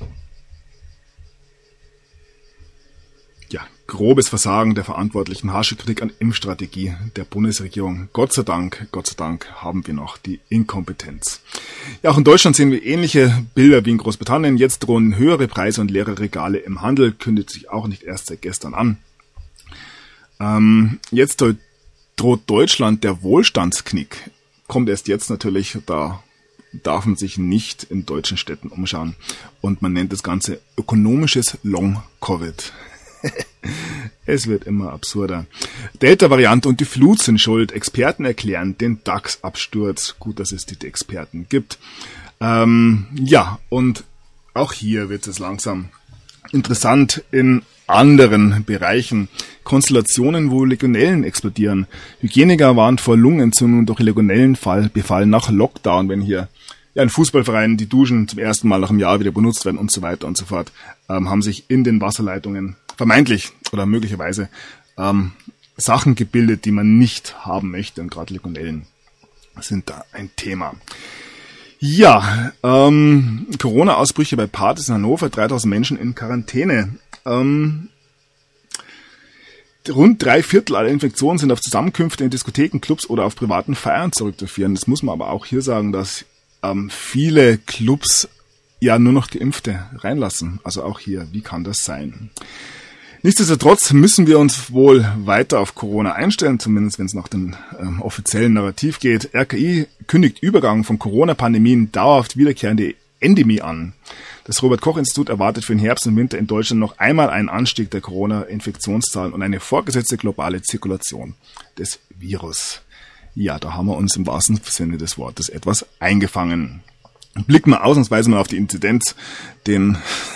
Ja, grobes Versagen der Verantwortlichen, harsche Kritik an Impfstrategie der Bundesregierung. Gott sei Dank, Gott sei Dank haben wir noch die Inkompetenz. Ja, auch in Deutschland sehen wir ähnliche Bilder wie in Großbritannien. Jetzt drohen höhere Preise und leere Regale im Handel, kündigt sich auch nicht erst seit gestern an. Ähm, jetzt droht Deutschland der Wohlstandsknick. Kommt erst jetzt natürlich, da darf man sich nicht in deutschen Städten umschauen. Und man nennt das Ganze ökonomisches Long-Covid. Es wird immer absurder. Delta-Variante und die Flut sind schuld. Experten erklären den DAX-Absturz. Gut, dass es die Experten gibt. Ähm, ja, und auch hier wird es langsam interessant in anderen Bereichen. Konstellationen, wo Legionellen explodieren. Hygieniker warnt vor Lungenentzündung durch Legionellenbefall nach Lockdown, wenn hier ja, in Fußballvereinen die Duschen zum ersten Mal nach einem Jahr wieder benutzt werden und so weiter und so fort, ähm, haben sich in den Wasserleitungen vermeintlich oder möglicherweise ähm, Sachen gebildet, die man nicht haben möchte. Und gerade Legionellen sind da ein Thema. Ja, ähm, Corona-Ausbrüche bei Partys in Hannover, dreitausend Menschen in Quarantäne. Ähm, rund drei Viertel aller Infektionen sind auf Zusammenkünfte in Diskotheken, Clubs oder auf privaten Feiern zurückzuführen. Das muss man aber auch hier sagen, dass ähm, viele Clubs ja nur noch Geimpfte reinlassen. Also auch hier, wie kann das sein? Nichtsdestotrotz müssen wir uns wohl weiter auf Corona einstellen, zumindest wenn es nach dem ähm, offiziellen Narrativ geht. R K I kündigt Übergang von Corona-Pandemien dauerhaft wiederkehrende Endemie an. Das Robert-Koch-Institut erwartet für den Herbst und Winter in Deutschland noch einmal einen Anstieg der Corona-Infektionszahlen und eine fortgesetzte globale Zirkulation des Virus. Ja, da haben wir uns im wahrsten Sinne des Wortes etwas eingefangen. Blicken wir ausnahmsweise mal auf die Inzidenz, den,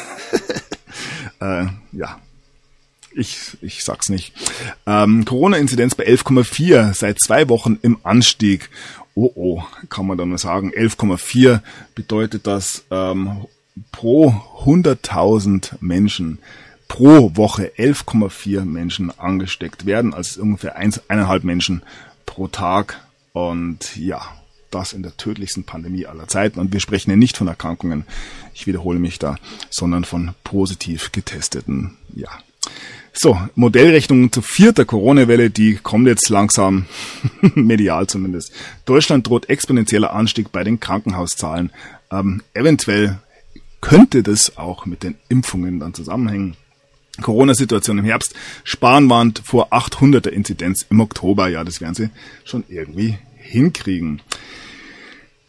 äh, ja, Ich, ich sag's nicht. Ähm, Corona-Inzidenz bei elf Komma vier, seit zwei Wochen im Anstieg. Oh, oh, kann man da nur sagen. elf Komma vier bedeutet das ähm, pro hunderttausend Menschen pro Woche elf Komma vier Menschen angesteckt werden. Also ungefähr eins, eineinhalb Menschen pro Tag. Und ja, das in der tödlichsten Pandemie aller Zeiten. Und wir sprechen ja nicht von Erkrankungen, ich wiederhole mich da, sondern von positiv getesteten, ja. So, Modellrechnung zur vierten Corona-Welle, die kommt jetzt langsam, medial zumindest. Deutschland droht exponentieller Anstieg bei den Krankenhauszahlen. Ähm, eventuell könnte das auch mit den Impfungen dann zusammenhängen. Corona-Situation im Herbst, Spahn warnt vor achthunderter Inzidenz im Oktober. Ja, das werden sie schon irgendwie hinkriegen.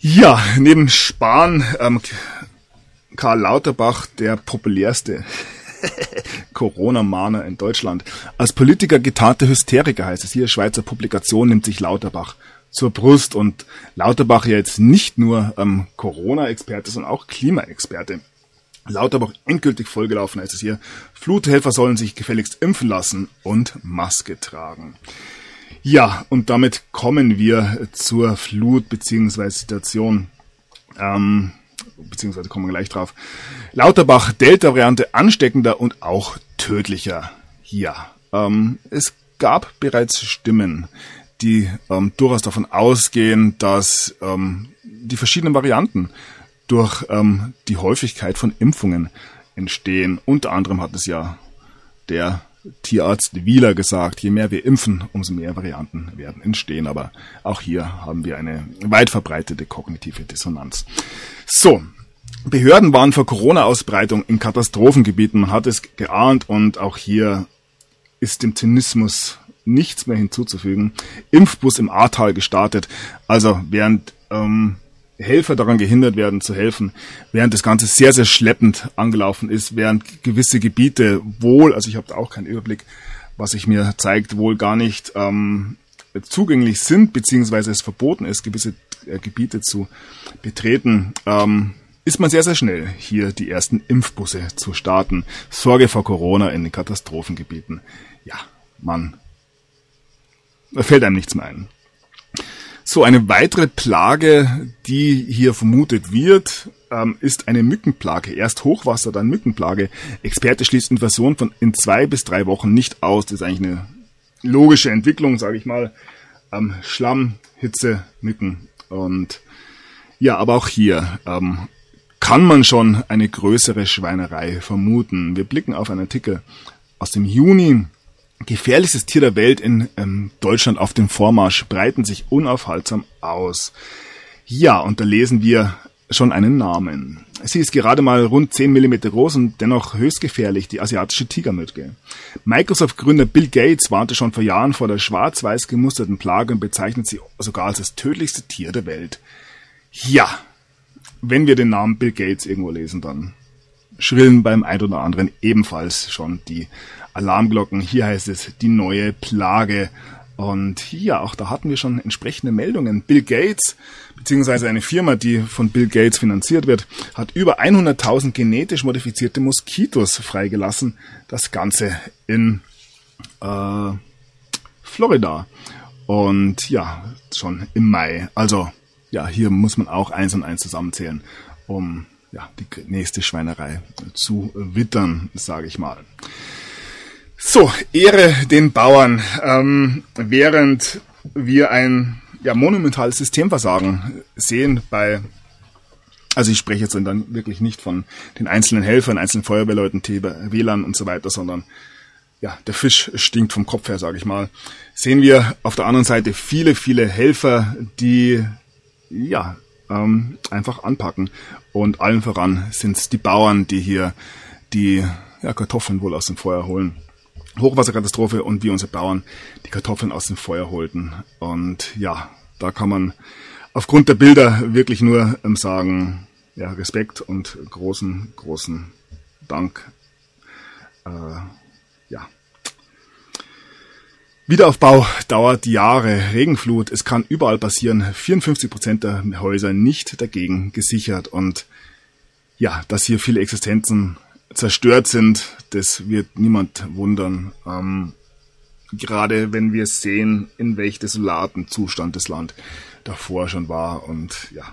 Ja, neben Spahn, ähm, Karl Lauterbach, der populärste Corona-Mahner in Deutschland. Als Politiker getarnte Hysteriker heißt es hier. Schweizer Publikation nimmt sich Lauterbach zur Brust. Und Lauterbach ja jetzt nicht nur ähm, Corona-Experte, sondern auch Klimaexperte. Lauterbach endgültig vollgelaufen heißt es hier. Fluthelfer sollen sich gefälligst impfen lassen und Maske tragen. Ja, und damit kommen wir zur Flut bzw. Situation, ähm, beziehungsweise kommen wir gleich drauf. Lauterbach, Delta-Variante ansteckender und auch tödlicher. Ja, ähm, es gab bereits Stimmen, die ähm, durchaus davon ausgehen, dass ähm, die verschiedenen Varianten durch ähm, die Häufigkeit von Impfungen entstehen. Unter anderem hat es ja der Tierarzt Wieler gesagt, je mehr wir impfen, umso mehr Varianten werden entstehen. Aber auch hier haben wir eine weit verbreitete kognitive Dissonanz. So, Behörden waren vor Corona-Ausbreitung in Katastrophengebieten. Man hat es geahnt und auch hier ist dem Zynismus nichts mehr hinzuzufügen. Impfbus im Ahrtal gestartet. Also während ähm, Helfer daran gehindert werden zu helfen, während das Ganze sehr, sehr schleppend angelaufen ist, während gewisse Gebiete wohl, also ich habe da auch keinen Überblick, was sich mir zeigt, wohl gar nicht ähm, zugänglich sind, beziehungsweise es verboten ist, gewisse äh, Gebiete zu betreten, ähm, ist man sehr, sehr schnell, hier die ersten Impfbusse zu starten. Sorge vor Corona in den Katastrophengebieten. Ja, man, da fällt einem nichts mehr ein. So, eine weitere Plage, die hier vermutet wird, ähm, ist eine Mückenplage. Erst Hochwasser, dann Mückenplage. Experte schließt Invasion von in zwei bis drei Wochen nicht aus. Das ist eigentlich eine logische Entwicklung, sage ich mal. Ähm, Schlamm, Hitze, Mücken. Und ja, aber auch hier ähm, kann man schon eine größere Schweinerei vermuten. Wir blicken auf einen Artikel aus dem Juni. Gefährlichstes Tier der Welt in ähm, Deutschland auf dem Vormarsch, breiten sich unaufhaltsam aus. Ja, und da lesen wir schon einen Namen. Sie ist gerade mal rund zehn Millimeter groß und dennoch höchst gefährlich, die asiatische Tigermücke. Microsoft-Gründer Bill Gates warnte schon vor Jahren vor der schwarz-weiß gemusterten Plage und bezeichnet sie sogar als das tödlichste Tier der Welt. Ja, wenn wir den Namen Bill Gates irgendwo lesen, dann schrillen beim ein oder anderen ebenfalls schon die Alarmglocken. Hier heißt es, die neue Plage. Und ja, auch da hatten wir schon entsprechende Meldungen. Bill Gates, beziehungsweise eine Firma, die von Bill Gates finanziert wird, hat über hunderttausend genetisch modifizierte Moskitos freigelassen. Das Ganze in äh, Florida. Und ja, schon im Mai. Also ja, hier muss man auch eins und eins zusammenzählen, um ja die nächste Schweinerei zu wittern, sage ich mal. So, Ehre den Bauern. Ähm, während wir ein ja, monumentales Systemversagen sehen bei, also ich spreche jetzt dann wirklich nicht von den einzelnen Helfern, einzelnen Feuerwehrleuten, W L A N und so weiter, sondern ja, der Fisch stinkt vom Kopf her, sage ich mal, sehen wir auf der anderen Seite viele, viele Helfer, die ja ähm, einfach anpacken. Und allen voran sind es die Bauern, die hier die ja, Kartoffeln wohl aus dem Feuer holen. Hochwasserkatastrophe und wie unsere Bauern die Kartoffeln aus dem Feuer holten. Und ja, da kann man aufgrund der Bilder wirklich nur ähm, sagen, ja, Respekt und großen, großen Dank. Äh, ja. Wiederaufbau dauert Jahre, Regenflut, es kann überall passieren, vierundfünfzig Prozent der Häuser nicht dagegen gesichert. Und ja, dass hier viele Existenzen zerstört sind, das wird niemand wundern. Ähm, gerade wenn wir sehen, in welch desolaten Zustand das Land davor schon war. Und ja,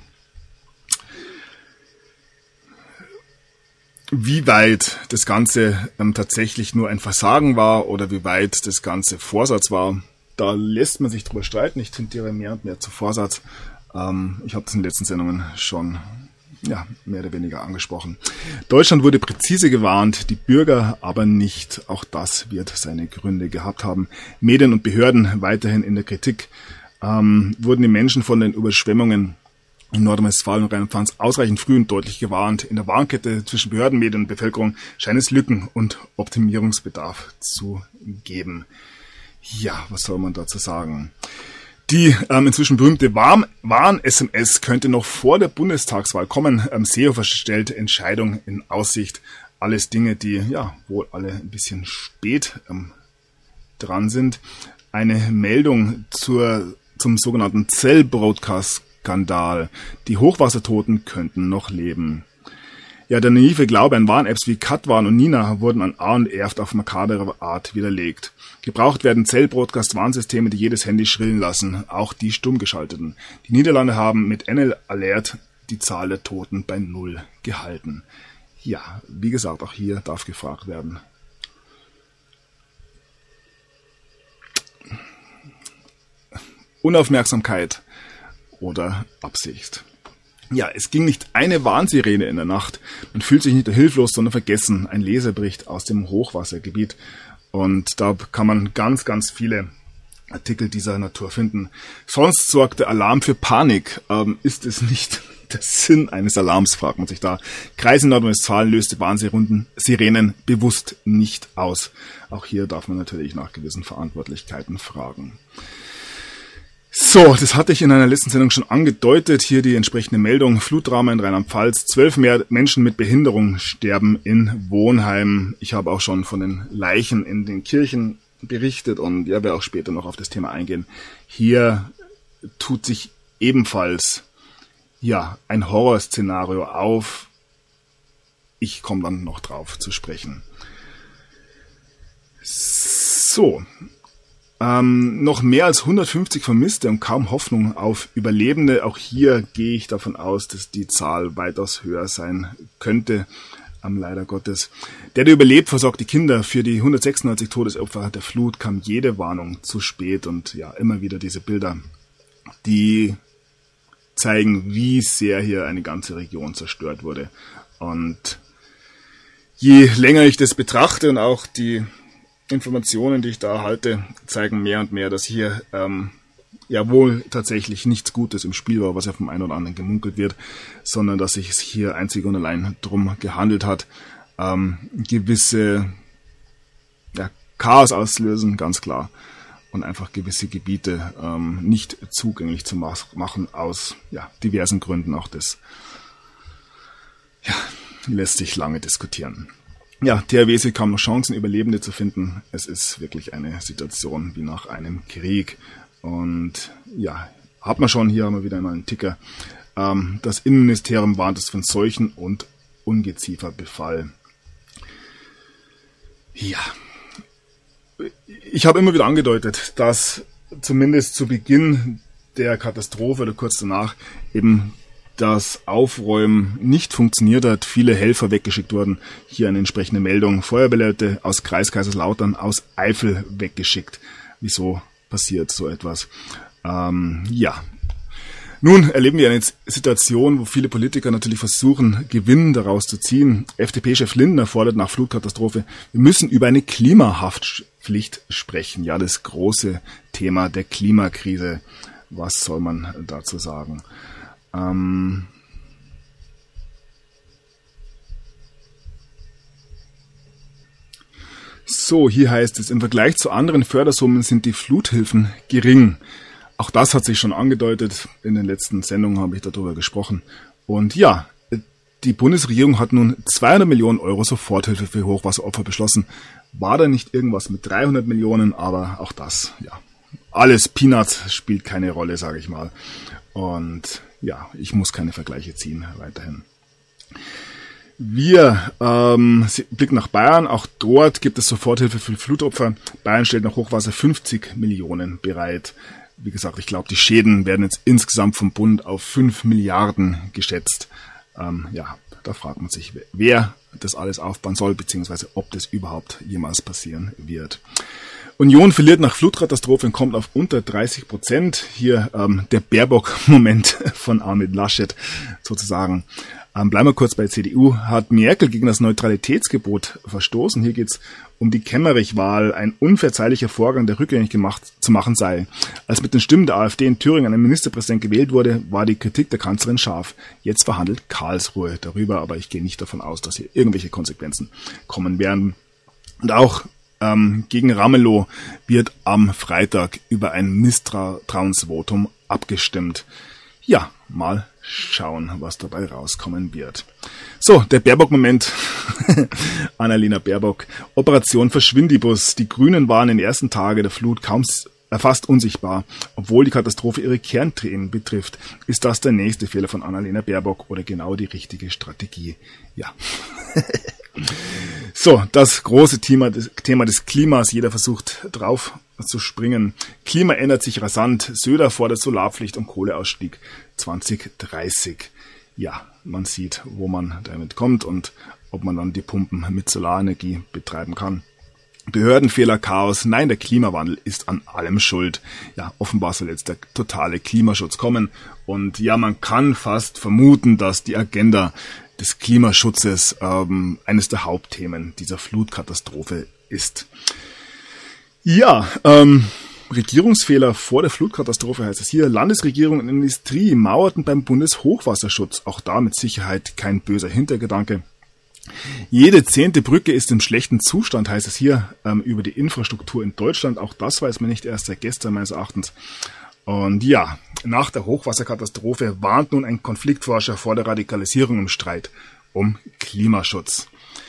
wie weit das Ganze ähm, tatsächlich nur ein Versagen war oder wie weit das Ganze Vorsatz war, da lässt man sich drüber streiten. Ich tendiere mehr und mehr zu Vorsatz. Ähm, ich habe das in den letzten Sendungen schon ja, mehr oder weniger angesprochen. Deutschland wurde präzise gewarnt, die Bürger aber nicht. Auch das wird seine Gründe gehabt haben. Medien und Behörden weiterhin in der Kritik. Ähm, wurden die Menschen von den Überschwemmungen in Nordrhein-Westfalen und Rheinland-Pfalz ausreichend früh und deutlich gewarnt. In der Warnkette zwischen Behörden, Medien und Bevölkerung scheint es Lücken und Optimierungsbedarf zu geben. Ja, was soll man dazu sagen? Die ähm, inzwischen berühmte Warn-S M S könnte noch vor der Bundestagswahl kommen. Ähm, Seehofer stellt Entscheidung in Aussicht. Alles Dinge, die ja wohl alle ein bisschen spät ähm, dran sind. Eine Meldung zur, zum sogenannten Cell-Broadcast-Skandal. Die Hochwassertoten könnten noch leben. Ja, der naive Glaube an Warn-Apps wie Katwarn und Nina wurden an A und Erft auf makabere Art widerlegt. Gebraucht werden Cell-Broadcast-Warnsysteme, die jedes Handy schrillen lassen, auch die stumm geschalteten. Die Niederlande haben mit N L Alert die Zahl der Toten bei Null gehalten. Ja, wie gesagt, auch hier darf gefragt werden. Unaufmerksamkeit oder Absicht. Ja, es ging nicht eine Warnsirene in der Nacht. Man fühlt sich nicht nur hilflos, sondern vergessen. Ein Leserbericht aus dem Hochwassergebiet. Und da kann man ganz, ganz viele Artikel dieser Natur finden. Sonst sorgt der Alarm für Panik. Ähm, ist es nicht der Sinn eines Alarms, fragt man sich da. Kreis in Nordrhein-Westfalen löste Warnsirenen bewusst nicht aus. Auch hier darf man natürlich nach gewissen Verantwortlichkeiten fragen. So, das hatte ich in einer letzten Sendung schon angedeutet. Hier die entsprechende Meldung. Flutdrama in Rheinland-Pfalz. Zwölf mehr Menschen mit Behinderung sterben in Wohnheimen. Ich habe auch schon von den Leichen in den Kirchen berichtet und ja, werde auch später noch auf das Thema eingehen. Hier tut sich ebenfalls ja ein Horrorszenario auf. Ich komme dann noch drauf zu sprechen. So. Ähm, noch mehr als hundertfünfzig Vermisste und kaum Hoffnung auf Überlebende. Auch hier gehe ich davon aus, dass die Zahl weitaus höher sein könnte, ähm, leider Gottes. Der, der überlebt, versorgt die Kinder. Für die hundertsechsundneunzig Todesopfer der Flut kam jede Warnung zu spät. Und ja, immer wieder diese Bilder, die zeigen, wie sehr hier eine ganze Region zerstört wurde. Und je länger ich das betrachte und auch die Informationen, die ich da erhalte, zeigen mehr und mehr, dass hier ähm, ja wohl tatsächlich nichts Gutes im Spiel war, was ja vom einen oder anderen gemunkelt wird, sondern dass sich es hier einzig und allein drum gehandelt hat, ähm, gewisse ja, Chaos auslösen, ganz klar, und einfach gewisse Gebiete ähm, nicht zugänglich zu machen aus ja, diversen Gründen. Auch das ja, lässt sich lange diskutieren. Ja, T H W sieht kaum noch Chancen, Überlebende zu finden. Es ist wirklich eine Situation wie nach einem Krieg. Und ja, hat man schon, hier haben wir wieder mal einen Ticker. Ähm, das Innenministerium warnt es von Seuchen und Ungezieferbefall. Ja, ich habe immer wieder angedeutet, dass zumindest zu Beginn der Katastrophe oder kurz danach eben das Aufräumen nicht funktioniert hat, viele Helfer weggeschickt wurden. Hier eine entsprechende Meldung. Feuerwehrleute aus Kreis Kaiserslautern, aus Eifel weggeschickt. Wieso passiert so etwas? Ähm, ja. Nun erleben wir eine Situation, wo viele Politiker natürlich versuchen, Gewinn daraus zu ziehen. F D P-Chef Lindner fordert nach Flutkatastrophe, wir müssen über eine Klimahaftpflicht sprechen. Ja, das große Thema der Klimakrise. Was soll man dazu sagen? Ähm so, hier heißt es, im Vergleich zu anderen Fördersummen sind die Fluthilfen gering. Auch das hat sich schon angedeutet. In den letzten Sendungen habe ich darüber gesprochen. Und ja, die Bundesregierung hat nun zweihundert Millionen Euro Soforthilfe für Hochwasseropfer beschlossen. War da nicht irgendwas mit dreihundert Millionen? Aber auch das, ja, alles Peanuts, spielt keine Rolle, sage ich mal. Und ja, ich muss keine Vergleiche ziehen weiterhin. Wir ähm, blicken nach Bayern. Auch dort gibt es Soforthilfe für Flutopfer. Bayern stellt nach Hochwasser fünfzig Millionen bereit. Wie gesagt, ich glaube, die Schäden werden jetzt insgesamt vom Bund auf fünf Milliarden geschätzt. Ähm, ja, da fragt man sich, wer das alles aufbauen soll, beziehungsweise ob das überhaupt jemals passieren wird. Union verliert nach Flutkatastrophe und kommt auf unter dreißig Prozent. Hier ähm, der Baerbock-Moment von Armin Laschet sozusagen. Ähm, bleiben wir kurz bei C D U. Hat Merkel gegen das Neutralitätsgebot verstoßen. Hier geht es um die Kemmerich-Wahl. Ein unverzeihlicher Vorgang, der rückgängig gemacht zu machen sei. Als mit den Stimmen der AfD in Thüringen ein Ministerpräsident gewählt wurde, war die Kritik der Kanzlerin scharf. Jetzt verhandelt Karlsruhe darüber, aber ich gehe nicht davon aus, dass hier irgendwelche Konsequenzen kommen werden. Und auch ähm, gegen Ramelow wird am Freitag über ein Misstrauensvotum abgestimmt. Ja, mal schauen, was dabei rauskommen wird. So, der Baerbock-Moment. Annalena Baerbock. Operation Verschwindibus. Die Grünen waren in den ersten Tagen der Flut kaum fast unsichtbar. Obwohl die Katastrophe ihre Kernthemen betrifft, ist das der nächste Fehler von Annalena Baerbock oder genau die richtige Strategie. Ja. So, das große Thema des, Thema des Klimas. Jeder versucht drauf zu springen. Klima ändert sich rasant. Söder fordert Solarpflicht und Kohleausstieg zwanzig dreißig. Ja, man sieht, wo man damit kommt und ob man dann die Pumpen mit Solarenergie betreiben kann. Behördenfehler, Chaos. Nein, der Klimawandel ist an allem schuld. Ja, offenbar soll jetzt der totale Klimaschutz kommen. Und ja, man kann fast vermuten, dass die Agenda des Klimaschutzes ähm, eines der Hauptthemen dieser Flutkatastrophe ist. Ja, ähm, Regierungsfehler vor der Flutkatastrophe heißt es hier. Landesregierung und Industrie mauerten beim Bundeshochwasserschutz. Auch da mit Sicherheit kein böser Hintergedanke. Jede zehnte Brücke ist im schlechten Zustand, heißt es hier, ähm, über die Infrastruktur in Deutschland. Auch das weiß man nicht erst seit gestern meines Erachtens. Und ja, nach der Hochwasserkatastrophe warnt nun ein Konfliktforscher vor der Radikalisierung im Streit um Klimaschutz.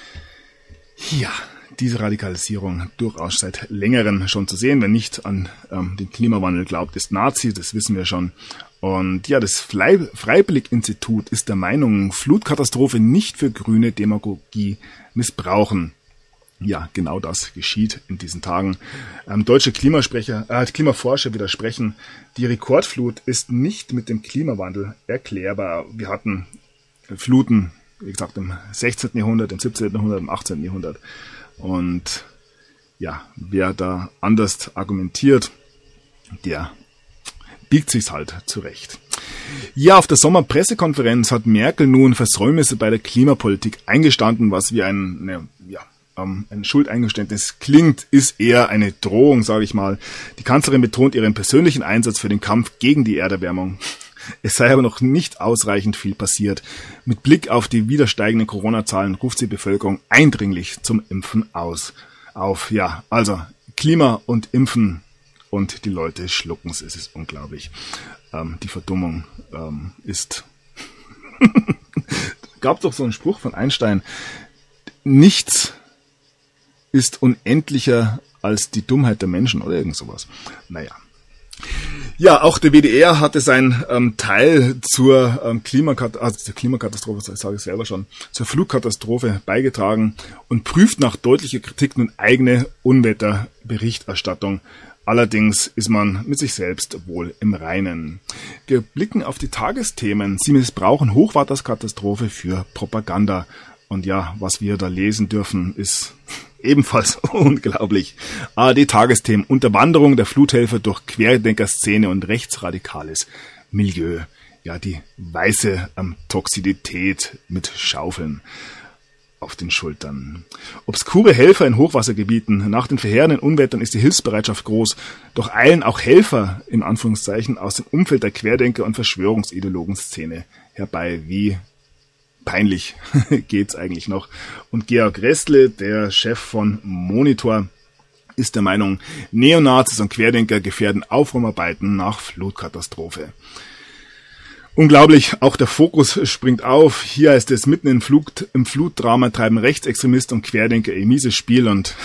Ja, diese Radikalisierung durchaus seit längerem schon zu sehen. Wer nicht an ähm, den Klimawandel glaubt, ist Nazi, das wissen wir schon. Und ja, das Freiblick-Institut ist der Meinung, Flutkatastrophe nicht für grüne Demagogie missbrauchen. Ja, genau das geschieht in diesen Tagen. Ähm, deutsche Klimasprecher, äh, Klimaforscher widersprechen, die Rekordflut ist nicht mit dem Klimawandel erklärbar. Wir hatten Fluten, wie gesagt, im sechzehnten Jahrhundert, im siebzehnten Jahrhundert, im achtzehnten Jahrhundert. Und ja, wer da anders argumentiert, der biegt sich's halt zurecht. Ja, auf der Sommerpressekonferenz hat Merkel nun Versäumnisse bei der Klimapolitik eingestanden, was wie ein, ne, ja, ähm, ein Schuldeingeständnis klingt, ist eher eine Drohung, sage ich mal. Die Kanzlerin betont ihren persönlichen Einsatz für den Kampf gegen die Erderwärmung. Es sei aber noch nicht ausreichend viel passiert. Mit Blick auf die wieder steigenden Corona-Zahlen ruft sie die Bevölkerung eindringlich zum Impfen aus. Auf, ja, also Klima und Impfen. Und die Leute schlucken es. Es ist unglaublich. Ähm, die Verdummung ähm, ist... Gab doch so einen Spruch von Einstein. Nichts ist unendlicher als die Dummheit der Menschen oder irgend sowas. Naja. Ja, auch der W D R hatte seinen ähm, Teil zur, ähm, Klimakat- also zur Klimakatastrophe, das sage ich selber schon, zur Flugkatastrophe beigetragen und prüft nach deutlicher Kritik nun eigene Unwetterberichterstattung. Allerdings ist man mit sich selbst wohl im Reinen. Wir blicken auf die Tagesthemen. Sie missbrauchen Hochwasserkatastrophe für Propaganda. Und ja, was wir da lesen dürfen, ist ebenfalls unglaublich. A R D-Tagesthemen: Unterwanderung der Fluthelfer durch Querdenkerszene und rechtsradikales Milieu. Ja, die weiße ähm, Toxizität mit Schaufeln auf den Schultern. Obskure Helfer in Hochwassergebieten. Nach den verheerenden Unwettern ist die Hilfsbereitschaft groß. Doch eilen auch Helfer, in Anführungszeichen, aus dem Umfeld der Querdenker- und Verschwörungsideologen-Szene herbei. Wie peinlich geht's eigentlich noch. Und Georg Restle, der Chef von Monitor, ist der Meinung, Neonazis und Querdenker gefährden Aufräumarbeiten nach Flutkatastrophe. Unglaublich, auch der Fokus springt auf. Hier heißt es, mitten im, Flut, im Flutdrama treiben Rechtsextremisten und Querdenker ihr mieses Spiel und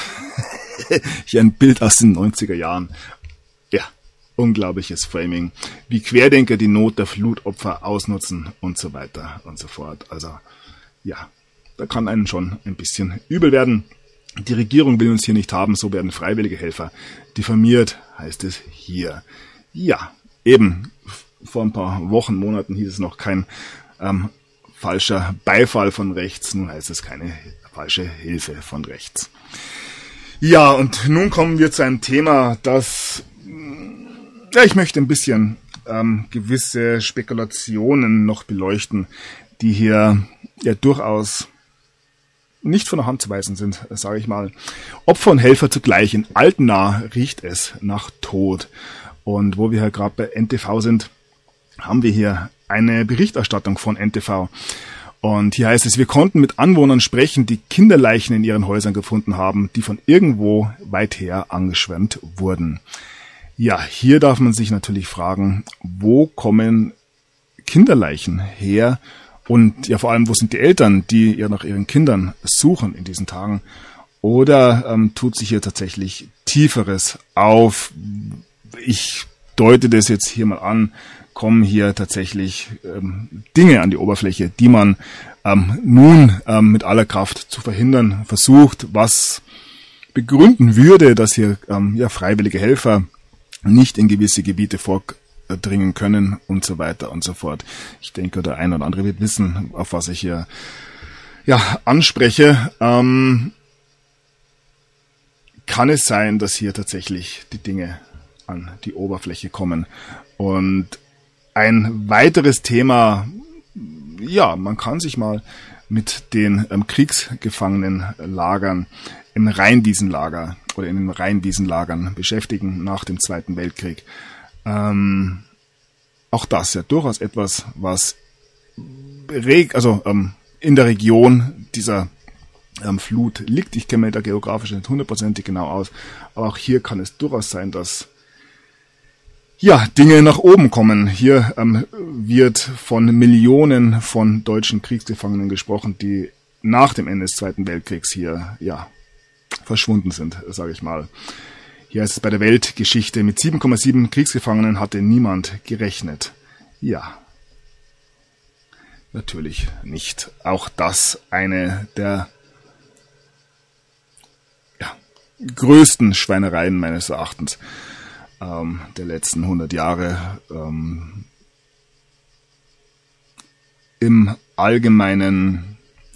hier ein Bild aus den neunziger Jahren. Ja, unglaubliches Framing. Wie Querdenker die Not der Flutopfer ausnutzen und so weiter und so fort. Also, ja, da kann einem schon ein bisschen übel werden. Die Regierung will uns hier nicht haben, so werden freiwillige Helfer diffamiert, heißt es hier. Ja, eben. Vor ein paar Wochen, Monaten hieß es noch kein ähm, falscher Beifall von rechts. Nun heißt es keine falsche Hilfe von rechts. Ja, und nun kommen wir zu einem Thema, das, ja, ich möchte ein bisschen ähm, gewisse Spekulationen noch beleuchten, die hier ja durchaus nicht von der Hand zu weisen sind, sage ich mal. Opfer und Helfer zugleich. In Altena riecht es nach Tod. Und wo wir hier gerade bei N T V sind, haben wir hier eine Berichterstattung von N T V. Und hier heißt es, wir konnten mit Anwohnern sprechen, die Kinderleichen in ihren Häusern gefunden haben, die von irgendwo weit her angeschwemmt wurden. Ja, hier darf man sich natürlich fragen, wo kommen Kinderleichen her? Und ja, vor allem, wo sind die Eltern, die ja nach ihren Kindern suchen in diesen Tagen? Oder ähm, tut sich hier tatsächlich Tieferes auf? Ich deute das jetzt hier mal an, kommen hier tatsächlich ähm, Dinge an die Oberfläche, die man ähm, nun ähm, mit aller Kraft zu verhindern versucht, was begründen würde, dass hier ähm, ja freiwillige Helfer nicht in gewisse Gebiete vordringen können und so weiter und so fort. Ich denke, der eine oder andere wird wissen, auf was ich hier ja anspreche. Ähm, kann es sein, dass hier tatsächlich die Dinge an die Oberfläche kommen? Und ein weiteres Thema, ja, man kann sich mal mit den ähm, Kriegsgefangenenlagern im Rheinwiesenlager oder in den Rheinwiesenlagern beschäftigen nach dem Zweiten Weltkrieg. Ähm, auch das ja durchaus etwas, was reg, also ähm, in der Region dieser ähm, Flut liegt. Ich kenne mich da geografisch nicht hundertprozentig genau aus, aber auch hier kann es durchaus sein, dass ja Dinge nach oben kommen. Hier ähm, wird von Millionen von deutschen Kriegsgefangenen gesprochen, die nach dem Ende des Zweiten Weltkriegs hier ja verschwunden sind, sage ich mal. Hier heißt es bei der Weltgeschichte, mit sieben Komma sieben Kriegsgefangenen hatte niemand gerechnet. Ja, natürlich nicht. Auch das eine der ja, größten Schweinereien meines Erachtens ähm, der letzten hundert Jahre. Ähm, Im Allgemeinen,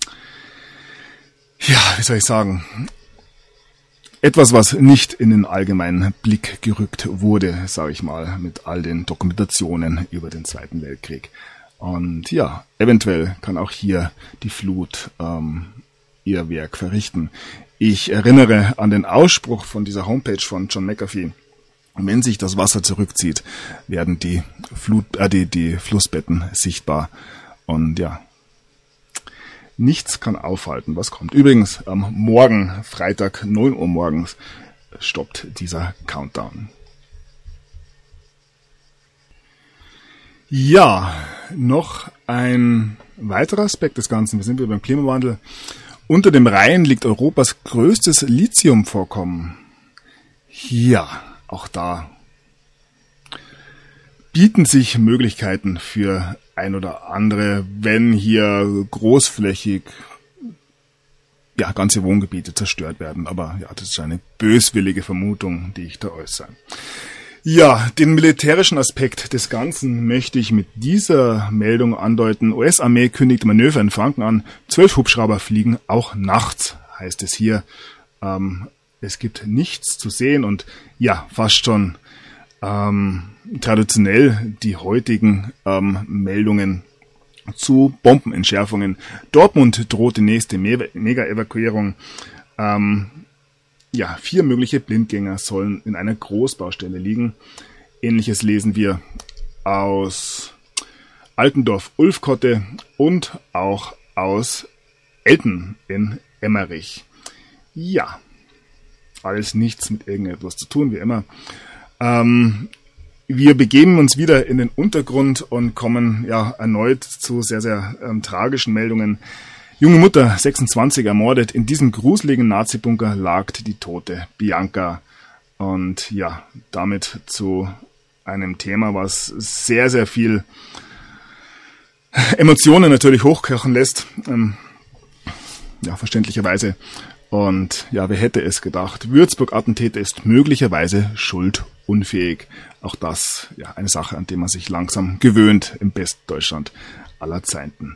ja, wie soll ich sagen, etwas, was nicht in den allgemeinen Blick gerückt wurde, sage ich mal, mit all den Dokumentationen über den Zweiten Weltkrieg. Und ja, eventuell kann auch hier die Flut ähm, ihr Werk verrichten. Ich erinnere an den Ausspruch von dieser Homepage von John McAfee. Wenn sich das Wasser zurückzieht, werden die, Flut, äh, die, die Flussbetten sichtbar. Und ja, nichts kann aufhalten, was kommt. Übrigens, am Morgen, Freitag, neun Uhr morgens, stoppt dieser Countdown. Ja, noch ein weiterer Aspekt des Ganzen. Wir sind wieder beim Klimawandel. Unter dem Rhein liegt Europas größtes Lithiumvorkommen. Ja, auch da bieten sich Möglichkeiten für ein oder andere, wenn hier großflächig ja ganze Wohngebiete zerstört werden. Aber ja, das ist eine böswillige Vermutung, die ich da äußere. Ja, den militärischen Aspekt des Ganzen möchte ich mit dieser Meldung andeuten. U S-Armee kündigt Manöver in Franken an. Zwölf Hubschrauber fliegen auch nachts, heißt es hier. Ähm, es gibt nichts zu sehen und ja, fast schon ähm, traditionell die heutigen ähm, Meldungen zu Bombenentschärfungen. Dortmund droht die nächste Me- Mega-Evakuierung. Ähm, ja, vier mögliche Blindgänger sollen in einer Großbaustelle liegen. Ähnliches lesen wir aus Altendorf-Ulfkotte und auch aus Elten in Emmerich. Ja, alles nichts mit irgendetwas zu tun, wie immer. Ähm, wir begeben uns wieder in den Untergrund und kommen ja erneut zu sehr, sehr ähm, tragischen Meldungen. Junge Mutter, sechsundzwanzig, ermordet. In diesem gruseligen Nazi-Bunker lag die tote Bianca. Und ja, damit zu einem Thema, was sehr, sehr viel Emotionen natürlich hochkochen lässt. Ähm, ja, verständlicherweise. Und ja, wer hätte es gedacht? Würzburg-Attentäter ist möglicherweise schuldunfähig. Auch das, ja, eine Sache, an die man sich langsam gewöhnt im Westdeutschland aller Zeiten.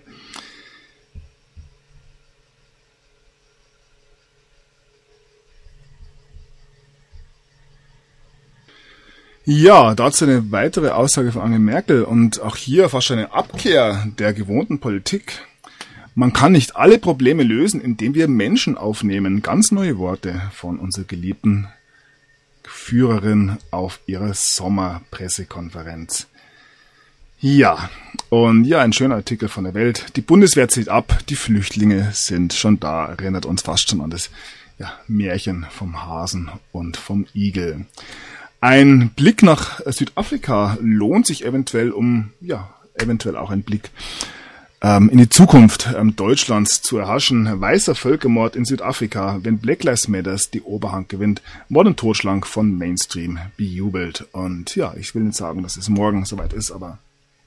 Ja, dazu eine weitere Aussage von Angela Merkel und auch hier fast eine Abkehr der gewohnten Politik. Man kann nicht alle Probleme lösen, indem wir Menschen aufnehmen. Ganz neue Worte von unserer geliebten Führerin auf ihrer Sommerpressekonferenz. Ja, und ja, ein schöner Artikel von der Welt. Die Bundeswehr zieht ab, die Flüchtlinge sind schon da. Erinnert uns fast schon an das ja, Märchen vom Hasen und vom Igel. Ein Blick nach Südafrika lohnt sich eventuell, um ja eventuell auch ein Blick ähm, in die Zukunft ähm, Deutschlands zu erhaschen. Weißer Völkermord in Südafrika, wenn Black Lives Matter die Oberhand gewinnt, Mord und Totschlag von Mainstream bejubelt. Und ja, ich will nicht sagen, dass es morgen soweit ist, aber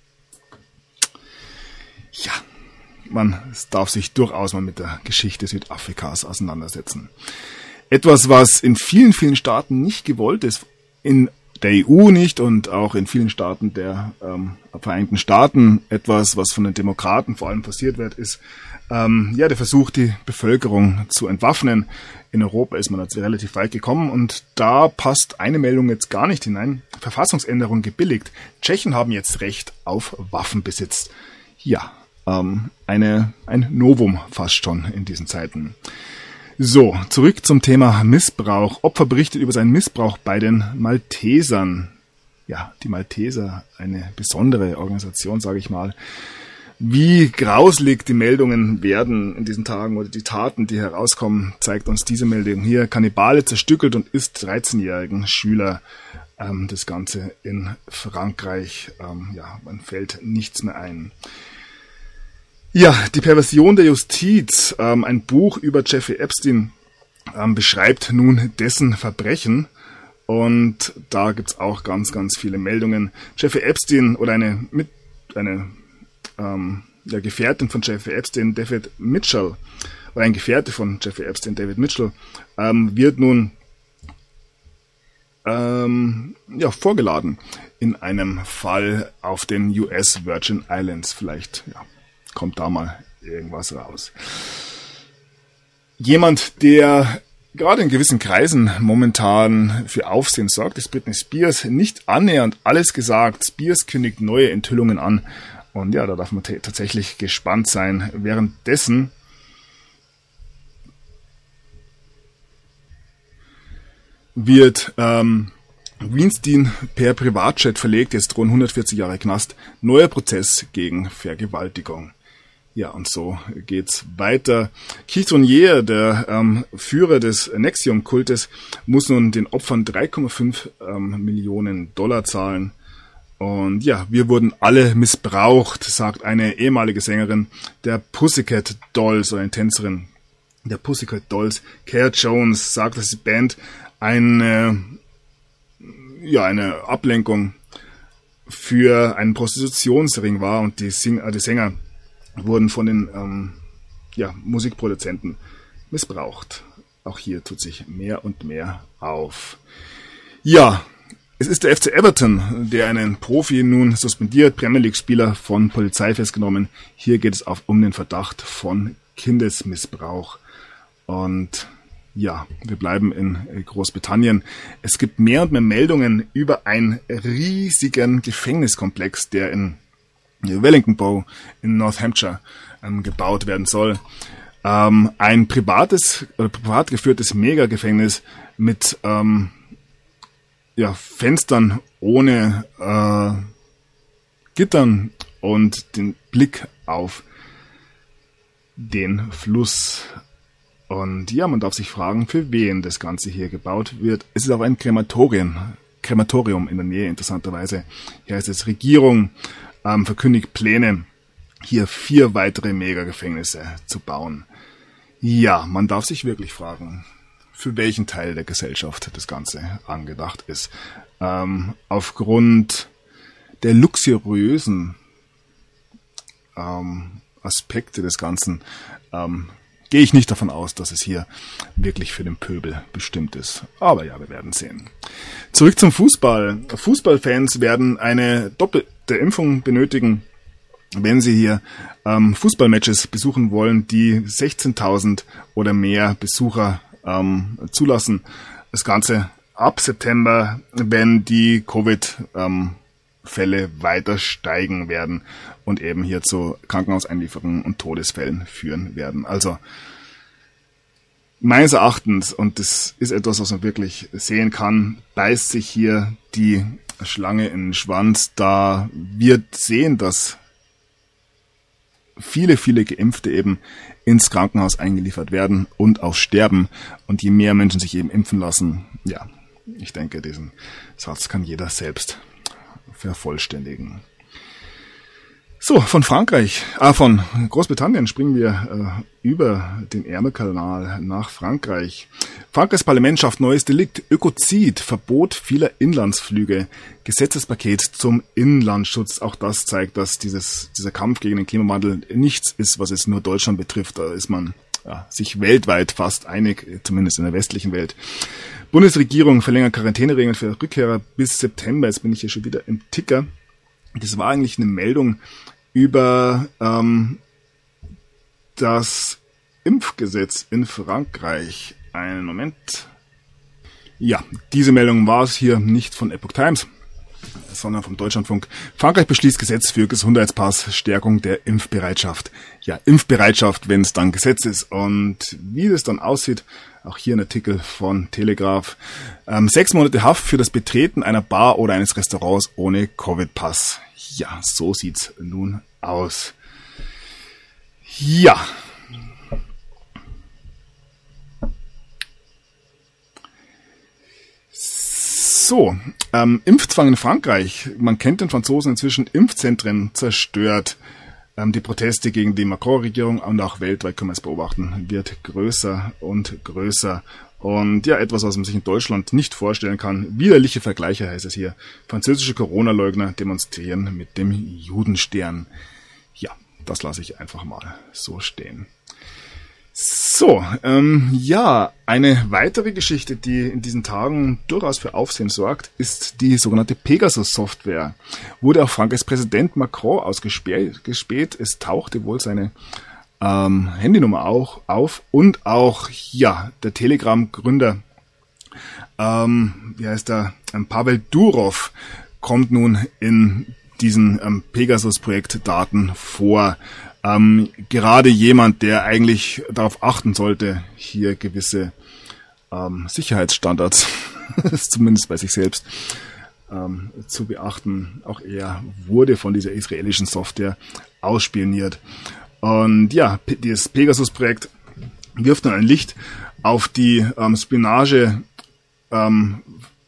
ja, man darf sich durchaus mal mit der Geschichte Südafrikas auseinandersetzen. Etwas, was in vielen, vielen Staaten nicht gewollt ist, in der E U nicht und auch in vielen Staaten der ähm, Vereinigten Staaten, etwas, was von den Demokraten vor allem forciert wird, ist ähm, ja der Versuch, die Bevölkerung zu entwaffnen. In Europa ist man also relativ weit gekommen und da passt eine Meldung jetzt gar nicht hinein. Verfassungsänderung gebilligt. Tschechen haben jetzt Recht auf Waffenbesitz. Ja, ähm, eine ein Novum fast schon in diesen Zeiten. So, zurück zum Thema Missbrauch. Opfer berichtet über seinen Missbrauch bei den Maltesern. Ja, die Malteser, eine besondere Organisation, sage ich mal. Wie grauslig die Meldungen werden in diesen Tagen oder die Taten, die herauskommen, zeigt uns diese Meldung hier. Kannibale zerstückelt und isst dreizehnjährigen Schüler. Ähm, das Ganze in Frankreich. Ähm, ja, man fällt nichts mehr ein. Ja, die Perversion der Justiz, ähm, ein Buch über Jeffrey Epstein, ähm, beschreibt nun dessen Verbrechen und da gibt's auch ganz, ganz viele Meldungen. Jeffrey Epstein oder eine, mit, eine ähm, ja, Gefährtin von Jeffrey Epstein, David Mitchell, oder ein Gefährte von Jeffrey Epstein, David Mitchell, ähm, wird nun ähm, ja, vorgeladen in einem Fall auf den U S Virgin Islands. Vielleicht, ja, kommt da mal irgendwas raus. Jemand, der gerade in gewissen Kreisen momentan für Aufsehen sorgt, ist Britney Spears. Nicht annähernd alles gesagt. Spears kündigt neue Enthüllungen an. Und ja, da darf man t- tatsächlich gespannt sein. Währenddessen wird ähm, Weinstein per Privatjet verlegt. Jetzt drohen hundertvierzig Jahre Knast. Neuer Prozess gegen Vergewaltigung. Ja, und so geht's weiter. Keith Raniere, der ähm, Führer des Nexium-Kultes, muss nun den Opfern drei Komma fünf ähm, Millionen Dollar zahlen. Und ja, wir wurden alle missbraucht, sagt eine ehemalige Sängerin der Pussycat Dolls, oder eine Tänzerin der Pussycat Dolls. Kara Jones sagt, dass die Band eine, ja, eine Ablenkung für einen Prostitutionsring war und die, Sing- äh, die Sänger wurden von den ähm, ja, Musikproduzenten missbraucht. Auch hier tut sich mehr und mehr auf. Ja, es ist der F C Everton, der einen Profi nun suspendiert, Premier League-Spieler von Polizei festgenommen. Hier geht es auf, um den Verdacht von Kindesmissbrauch. Und ja, wir bleiben in Großbritannien. Es gibt mehr und mehr Meldungen über einen riesigen Gefängniskomplex, der in Wellington Bow in North Hampshire ähm, gebaut werden soll. Ähm, ein privates oder privat geführtes Megagefängnis mit ähm, ja, Fenstern ohne äh, Gittern und den Blick auf den Fluss. Und ja, man darf sich fragen, für wen das Ganze hier gebaut wird. Es ist auch ein Krematorium, Krematorium in der Nähe, interessanterweise. Hier heißt es, Regierung ähm, verkündigt Pläne, hier vier weitere Megagefängnisse zu bauen. Ja, man darf sich wirklich fragen, für welchen Teil der Gesellschaft das Ganze angedacht ist. Ähm, aufgrund der luxuriösen ähm, Aspekte des Ganzen ähm, gehe ich nicht davon aus, dass es hier wirklich für den Pöbel bestimmt ist. Aber ja, wir werden sehen. Zurück zum Fußball. Fußballfans werden eine doppelte Impfung benötigen, wenn sie hier ähm, Fußballmatches besuchen wollen, die sechzehntausend oder mehr Besucher ähm, zulassen. Das Ganze ab September, wenn die Covid-Fälle weiter steigen werden und eben hier zu Krankenhauseinlieferungen und Todesfällen führen werden. Also meines Erachtens, und das ist etwas, was man wirklich sehen kann, beißt sich hier die Schlange in den Schwanz, da wir sehen, dass viele, viele Geimpfte eben ins Krankenhaus eingeliefert werden und auch sterben. Und je mehr Menschen sich eben impfen lassen, ja, ich denke, diesen Satz kann jeder selbst vervollständigen. So, von Frankreich, ah, von Großbritannien springen wir äh, über den Ärmelkanal nach Frankreich. Frankreichs Parlament schafft neues Delikt, Ökozid, Verbot vieler Inlandsflüge, Gesetzespaket zum Inlandschutz. Auch das zeigt, dass dieses, dieser Kampf gegen den Klimawandel nichts ist, was es nur Deutschland betrifft. Da ist man ja, sich weltweit fast einig, zumindest in der westlichen Welt. Bundesregierung verlängert Quarantäneregeln für Rückkehrer bis September. Jetzt bin ich hier schon wieder im Ticker. Das war eigentlich eine Meldung über ähm, das Impfgesetz in Frankreich. Einen Moment. Ja, diese Meldung war es hier nicht von Epoch Times, sondern vom Deutschlandfunk. Frankreich beschließt Gesetz für Gesundheitspass, Stärkung der Impfbereitschaft. Ja, Impfbereitschaft, wenn es dann Gesetz ist. Und wie das dann aussieht, auch hier ein Artikel von Telegraph. Ähm, sechs Monate Haft für das Betreten einer Bar oder eines Restaurants ohne Covid-Pass. Ja, so sieht's nun aus. Ja. So, ähm, Impfzwang in Frankreich. Man kennt den Franzosen inzwischen, Impfzentren zerstört. Ähm, die Proteste gegen die Macron-Regierung und auch weltweit können wir es beobachten, wird größer und größer. Und ja, etwas, was man sich in Deutschland nicht vorstellen kann. Widerliche Vergleiche heißt es hier. Französische Corona-Leugner demonstrieren mit dem Judenstern. Ja, das lasse ich einfach mal so stehen. So, ähm, ja, eine weitere Geschichte, die in diesen Tagen durchaus für Aufsehen sorgt, ist die sogenannte Pegasus-Software. Wurde auch Frankreichs Präsident Macron ausgespäht. Es tauchte wohl seine ähm, Handynummer auch auf und auch, ja, der Telegram-Gründer, ähm, wie heißt er, ähm, Pavel Durov, kommt nun in diesen ähm, Pegasus-Projekt Daten vor. Ähm, gerade jemand, der eigentlich darauf achten sollte, hier gewisse ähm, Sicherheitsstandards, zumindest bei sich selbst, ähm, zu beachten. Auch er wurde von dieser israelischen Software ausspioniert. Und ja, dieses Pegasus-Projekt wirft dann ein Licht auf die ähm, Spionage ähm,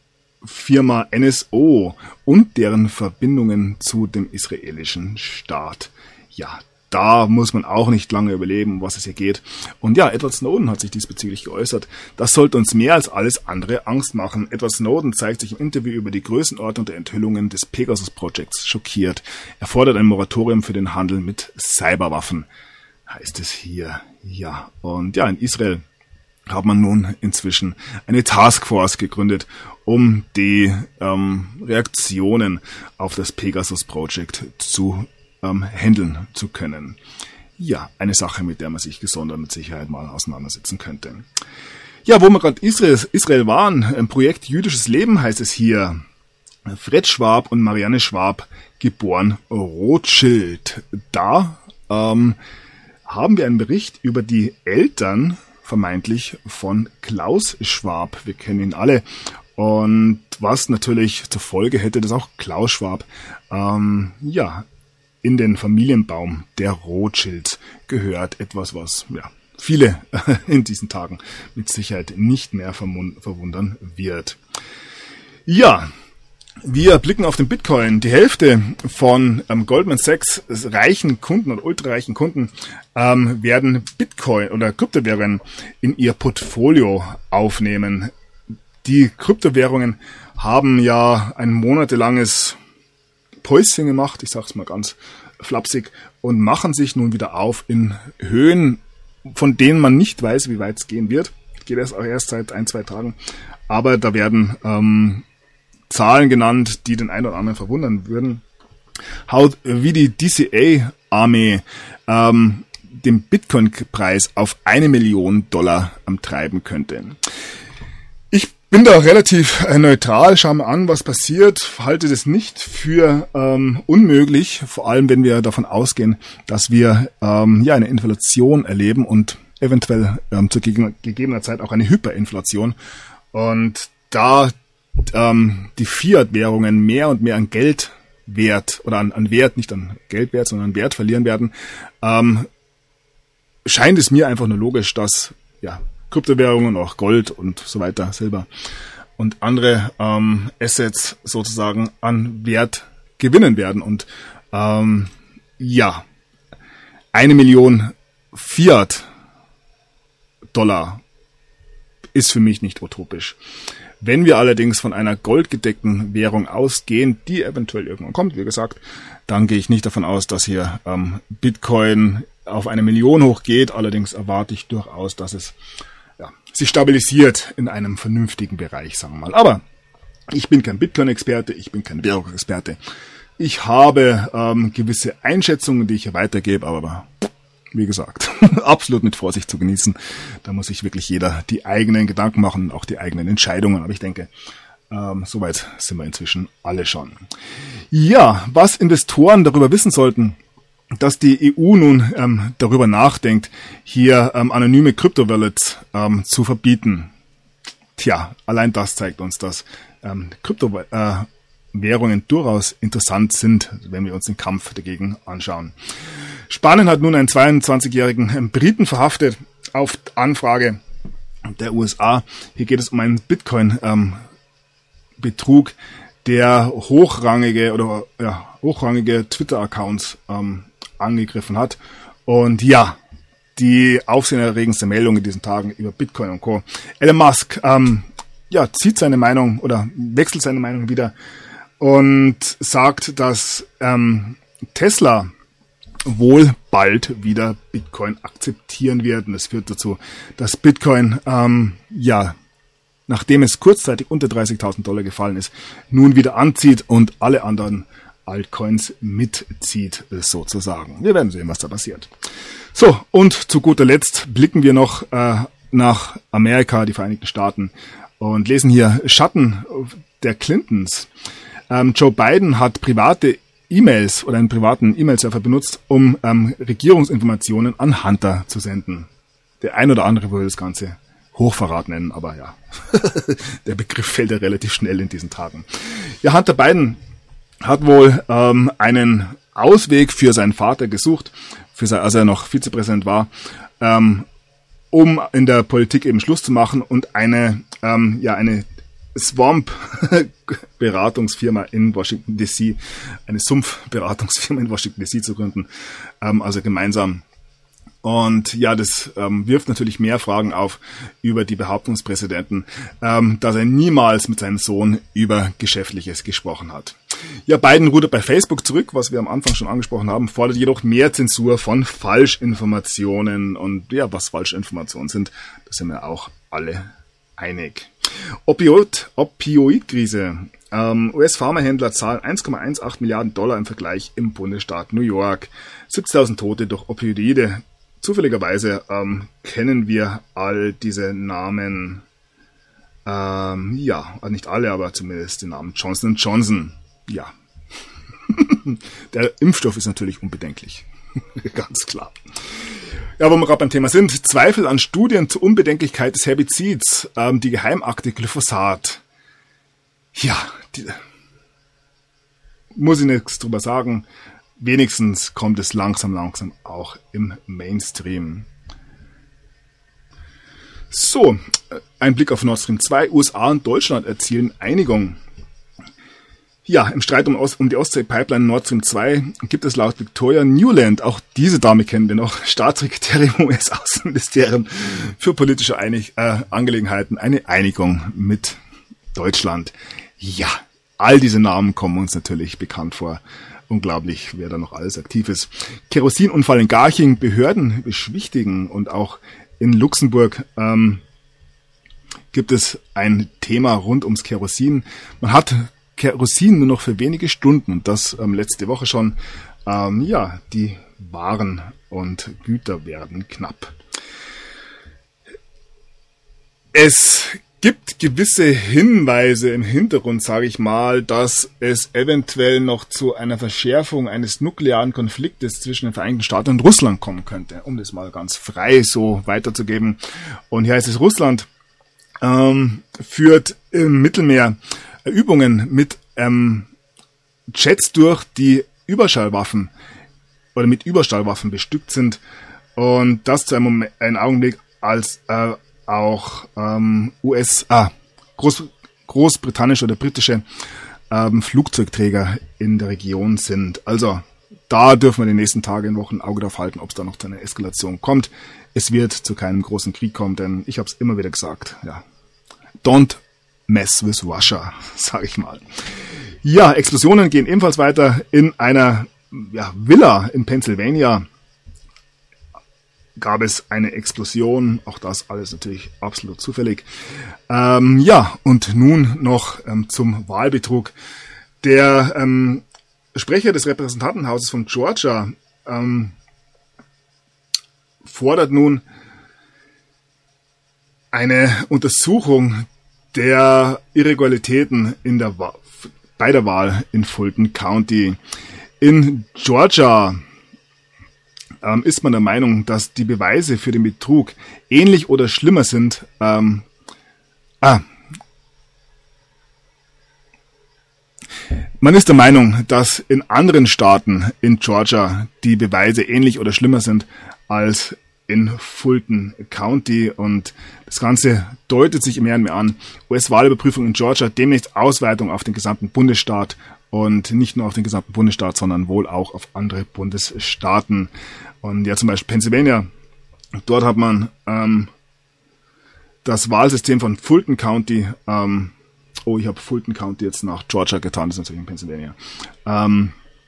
Firma N S O und deren Verbindungen zu dem israelischen Staat. Ja, da muss man auch nicht lange überleben, um was es hier geht. Und ja, Edward Snowden hat sich diesbezüglich geäußert. Das sollte uns mehr als alles andere Angst machen. Edward Snowden zeigt sich im Interview über die Größenordnung der Enthüllungen des Pegasus-Projekts schockiert. Er fordert ein Moratorium für den Handel mit Cyberwaffen, heißt es hier. Ja, und ja, in Israel hat man nun inzwischen eine Taskforce gegründet, um die ähm, Reaktionen auf das Pegasus-Projekt zu ähm, handeln zu können. Ja, eine Sache, mit der man sich gesondert mit Sicherheit mal auseinandersetzen könnte. Ja, wo wir gerade Israel, Israel waren, ein Projekt Jüdisches Leben heißt es hier. Fred Schwab und Marianne Schwab, geboren Rothschild. Da ähm, haben wir einen Bericht über die Eltern vermeintlich von Klaus Schwab. Wir kennen ihn alle. Und was natürlich zur Folge hätte, dass auch Klaus Schwab ähm, ja in den Familienbaum der Rothschilds gehört. Etwas, was ja viele in diesen Tagen mit Sicherheit nicht mehr verwundern wird. Ja, wir blicken auf den Bitcoin. Die Hälfte von ähm, Goldman Sachs reichen Kunden oder ultrareichen Kunden ähm, werden Bitcoin oder Kryptowährungen in ihr Portfolio aufnehmen. Die Kryptowährungen haben ja ein monatelanges Päuschen gemacht, ich sag's mal ganz flapsig, und machen sich nun wieder auf in Höhen, von denen man nicht weiß, wie weit es gehen wird. Geht erst auch erst seit ein, zwei Tagen. Aber da werden ähm, Zahlen genannt, die den einen oder anderen verwundern würden. Haut wie die D C A-Armee ähm, den Bitcoin-Preis auf eine Million Dollar ähm, treiben könnte. Ich bin da relativ äh, neutral, schau mal an, was passiert, halte das nicht für ähm, unmöglich, vor allem wenn wir davon ausgehen, dass wir ähm, ja eine Inflation erleben und eventuell ähm, zu gege- gegebener Zeit auch eine Hyperinflation. Und da ähm, die Fiat-Währungen mehr und mehr an Geldwert oder an, an Wert, nicht an Geldwert, sondern an Wert verlieren werden, ähm, scheint es mir einfach nur logisch, dass ja Kryptowährungen, auch Gold und so weiter, Silber und andere ähm, Assets sozusagen an Wert gewinnen werden. Und ähm, ja, eine Million Fiat-Dollar ist für mich nicht utopisch. Wenn wir allerdings von einer goldgedeckten Währung ausgehen, die eventuell irgendwann kommt, wie gesagt, dann gehe ich nicht davon aus, dass hier ähm, Bitcoin auf eine Million hochgeht. Allerdings erwarte ich durchaus, dass es ja, sich stabilisiert in einem vernünftigen Bereich, sagen wir mal. Aber ich bin kein Bitcoin-Experte, ich bin kein Währungsexperte. Ich habe ähm, gewisse Einschätzungen, die ich hier weitergebe, aber wie gesagt, absolut mit Vorsicht zu genießen. Da muss sich wirklich jeder die eigenen Gedanken machen, auch die eigenen Entscheidungen. Aber ich denke, ähm, soweit sind wir inzwischen alle schon. Ja, was Investoren darüber wissen sollten, dass die E U nun ähm, darüber nachdenkt, hier ähm, anonyme Kryptowallets ähm, zu verbieten. Tja, allein das zeigt uns, dass ähm, Kryptowährungen äh, durchaus interessant sind, wenn wir uns den Kampf dagegen anschauen. Spanien hat nun einen zweiundzwanzigjährigen Briten verhaftet auf Anfrage der U S A. Hier geht es um einen Bitcoin-Betrug, ähm, der hochrangige oder ja, hochrangige Twitter-Accounts ähm, angegriffen hat. Und ja, die aufsehenerregendste Meldung in diesen Tagen über Bitcoin und Co. Elon Musk ähm, ja, zieht seine Meinung oder wechselt seine Meinung wieder und sagt, dass ähm, Tesla wohl bald wieder Bitcoin akzeptieren wird. Und es führt dazu, dass Bitcoin, ähm, ja, nachdem es kurzzeitig unter dreißigtausend Dollar gefallen ist, nun wieder anzieht und alle anderen Altcoins mitzieht, sozusagen. Wir werden sehen, was da passiert. So, und zu guter Letzt blicken wir noch äh, nach Amerika, die Vereinigten Staaten, und lesen hier Schatten der Clintons. Ähm, Joe Biden hat private E-Mails oder einen privaten E-Mail-Server benutzt, um ähm, Regierungsinformationen an Hunter zu senden. Der ein oder andere würde das Ganze Hochverrat nennen, aber ja, der Begriff fällt ja relativ schnell in diesen Tagen. Ja, Hunter Biden hat wohl ähm, einen Ausweg für seinen Vater gesucht, für sein, als er noch Vizepräsident war, ähm, um in der Politik eben Schluss zu machen und eine, ähm, ja, eine Swamp-Beratungsfirma in Washington D C, eine Sumpf-Beratungsfirma in Washington D C zu gründen, ähm, also gemeinsam. Und ja, das ähm, wirft natürlich mehr Fragen auf über die Behauptung des Präsidenten, ähm, dass er niemals mit seinem Sohn über Geschäftliches gesprochen hat. Ja, Biden rudert bei Facebook zurück, was wir am Anfang schon angesprochen haben, fordert jedoch mehr Zensur von Falschinformationen. Und ja, was Falschinformationen sind, da sind wir auch alle einig. Opioid, Opioidkrise. Ähm, U S-Pharmahändler zahlen eins Komma achtzehn Milliarden Dollar im Vergleich im Bundesstaat New York. siebzigtausend Tote durch Opioide. Zufälligerweise ähm, kennen wir all diese Namen. Ähm, ja, also nicht alle, aber zumindest den Namen Johnson und Johnson. Ja. Der Impfstoff ist natürlich unbedenklich. Ganz klar. Ja, wo wir gerade beim Thema sind. Zweifel an Studien zur Unbedenklichkeit des Herbizids. Ähm, die Geheimakte Glyphosat. Ja, die, muss ich nichts drüber sagen. Wenigstens kommt es langsam, langsam auch im Mainstream. So, ein Blick auf Nord Stream zwei. U S A und Deutschland erzielen Einigung. Ja, im Streit um, um die Ostsee-Pipeline Nord Stream zwei gibt es laut Victoria Nuland, auch diese Dame kennen wir noch, Staatssekretärin im U S-Außenministerium für politische Einig- äh, Angelegenheiten, eine Einigung mit Deutschland. Ja, all diese Namen kommen uns natürlich bekannt vor. Unglaublich, wer da noch alles aktiv ist. Kerosinunfall in Garching, Behörden beschwichtigen, und auch in Luxemburg ähm, gibt es ein Thema rund ums Kerosin. Man hat Kerosin nur noch für wenige Stunden, und das ähm, letzte Woche schon. Ähm, ja, die Waren und Güter werden knapp. Es gibt gewisse Hinweise im Hintergrund, sage ich mal, dass es eventuell noch zu einer Verschärfung eines nuklearen Konfliktes zwischen den Vereinigten Staaten und Russland kommen könnte, um das mal ganz frei so weiterzugeben. Und hier heißt es, Russland ähm, führt im Mittelmeer Übungen mit ähm, Jets durch, die Überschallwaffen oder mit Überschallwaffen bestückt sind. Und das zu einem, Moment, einem Augenblick, als äh, auch ähm, U S, ah, Groß, großbritannische oder britische ähm, Flugzeugträger in der Region sind. Also da dürfen wir die nächsten Tage und Wochen ein Auge drauf halten, ob es da noch zu einer Eskalation kommt. Es wird zu keinem großen Krieg kommen, denn ich habe es immer wieder gesagt, ja, don't mess with Russia, sage ich mal. Ja, Explosionen gehen ebenfalls weiter in einer ja, Villa in Pennsylvania. Gab es eine Explosion, auch das alles natürlich absolut zufällig. Ähm, ja, und nun noch ähm, zum Wahlbetrug. Der ähm, Sprecher des Repräsentantenhauses von Georgia ähm, fordert nun eine Untersuchung der Irregularitäten in der Wa- bei der Wahl in Fulton County. In Georgia ähm, ist man der Meinung, dass die Beweise für den Betrug ähnlich oder schlimmer sind. Ähm, ah, Man ist der Meinung, dass in anderen Staaten in Georgia die Beweise ähnlich oder schlimmer sind als in Fulton County, und das Ganze deutet sich mehr und mehr an. U S-Wahlüberprüfung in Georgia, demnächst Ausweitung auf den gesamten Bundesstaat, und nicht nur auf den gesamten Bundesstaat, sondern wohl auch auf andere Bundesstaaten. Und ja, zum Beispiel Pennsylvania, dort hat man ähm, das Wahlsystem von Fulton County, ähm, oh, ich habe Fulton County jetzt nach Georgia getan, das ist natürlich in Pennsylvania, ähm,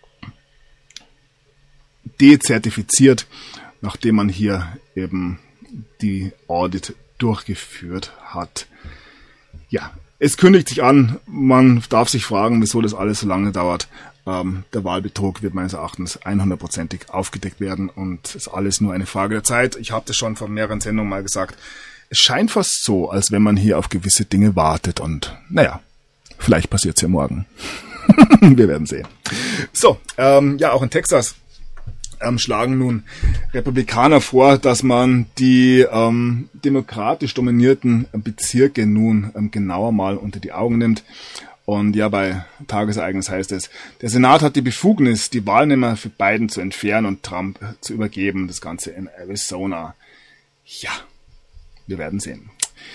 dezertifiziert, nachdem man hier eben die Audit durchgeführt hat. Ja, es kündigt sich an, man darf sich fragen, wieso das alles so lange dauert. Ähm, der Wahlbetrug wird meines Erachtens hundertprozentig aufgedeckt werden, und es ist alles nur eine Frage der Zeit. Ich habe das schon vor mehreren Sendungen mal gesagt. Es scheint fast so, als wenn man hier auf gewisse Dinge wartet, und naja, vielleicht passiert es ja morgen. Wir werden sehen. So, ähm, ja, auch in Texas ähm, schlagen nun Republikaner vor, dass man die ähm, demokratisch dominierten Bezirke nun ähm, genauer mal unter die Augen nimmt. Und ja, bei Tagesereignis heißt es, der Senat hat die Befugnis, die Wahlnehmer für Biden zu entfernen und Trump zu übergeben. Das Ganze in Arizona. Ja, wir werden sehen.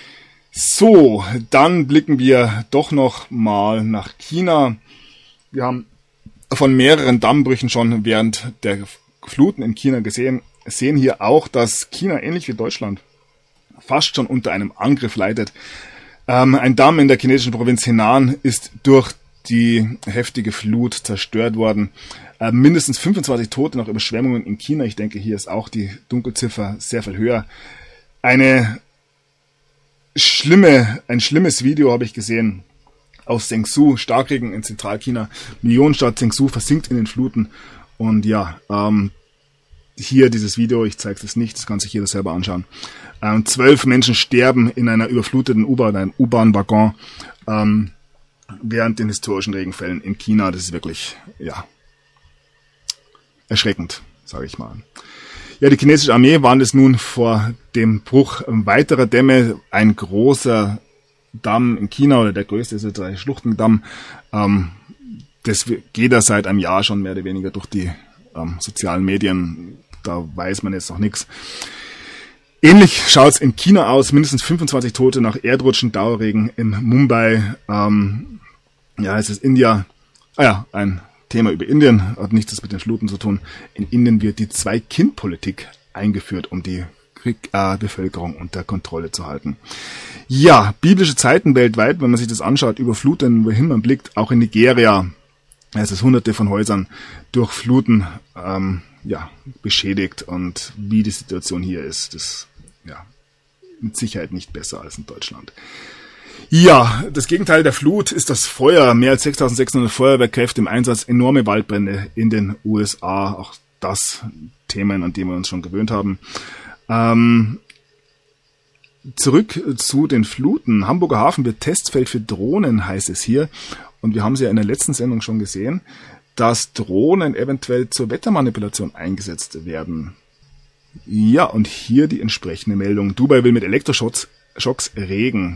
So, dann blicken wir doch noch mal nach China. Wir haben von mehreren Dammbrüchen schon während der Fluten in China gesehen, sehen hier auch, dass China ähnlich wie Deutschland fast schon unter einem Angriff leidet. Ähm, ein Damm in der chinesischen Provinz Henan ist durch die heftige Flut zerstört worden. Äh, mindestens fünfundzwanzig Tote nach Überschwemmungen in China. Ich denke, hier ist auch die Dunkelziffer sehr viel höher. Eine schlimme, ein schlimmes Video habe ich gesehen aus Zhengzhou, Starkregen in Zentralchina. Millionenstadt Zhengzhou versinkt in den Fluten. Und ja, ähm, hier dieses Video, ich zeige es nicht, das kann sich jeder selber anschauen. Ähm, zwölf Menschen sterben in einer überfluteten U-Bahn, einem U-Bahn-Waggon, ähm, während den historischen Regenfällen in China. Das ist wirklich, ja, erschreckend, sage ich mal. Ja, die chinesische Armee warnt es nun vor dem Bruch weiterer Dämme. Ein großer Damm in China, oder der größte ist der Schluchtendamm, ähm, das geht ja seit einem Jahr schon mehr oder weniger durch die ähm, sozialen Medien. Da weiß man jetzt noch nichts. Ähnlich schaut es in China aus. Mindestens fünfundzwanzig Tote nach Erdrutschen, Dauerregen in Mumbai. Ähm, ja, es ist India. Ah ja, ein Thema über Indien. Hat nichts mit den Fluten zu tun. In Indien wird die Zwei-Kind-Politik eingeführt, um die Krieg, äh, Bevölkerung unter Kontrolle zu halten. Ja, biblische Zeiten weltweit, wenn man sich das anschaut, überfluten, wohin man blickt, auch in Nigeria. Es ist hunderte von Häusern durch Fluten ähm, ja, beschädigt, und wie die Situation hier ist, das ja mit Sicherheit nicht besser als in Deutschland. Ja, das Gegenteil der Flut ist das Feuer. Mehr als sechstausendsechshundert Feuerwehrkräfte im Einsatz, enorme Waldbrände in den U S A. Auch das Themen, an die wir uns schon gewöhnt haben. Ähm, zurück zu den Fluten. Hamburger Hafen wird Testfeld für Drohnen, heißt es hier. Und wir haben sie ja in der letzten Sendung schon gesehen, dass Drohnen eventuell zur Wettermanipulation eingesetzt werden. Ja, und hier die entsprechende Meldung. Dubai will mit Elektroschocks Schocks Regen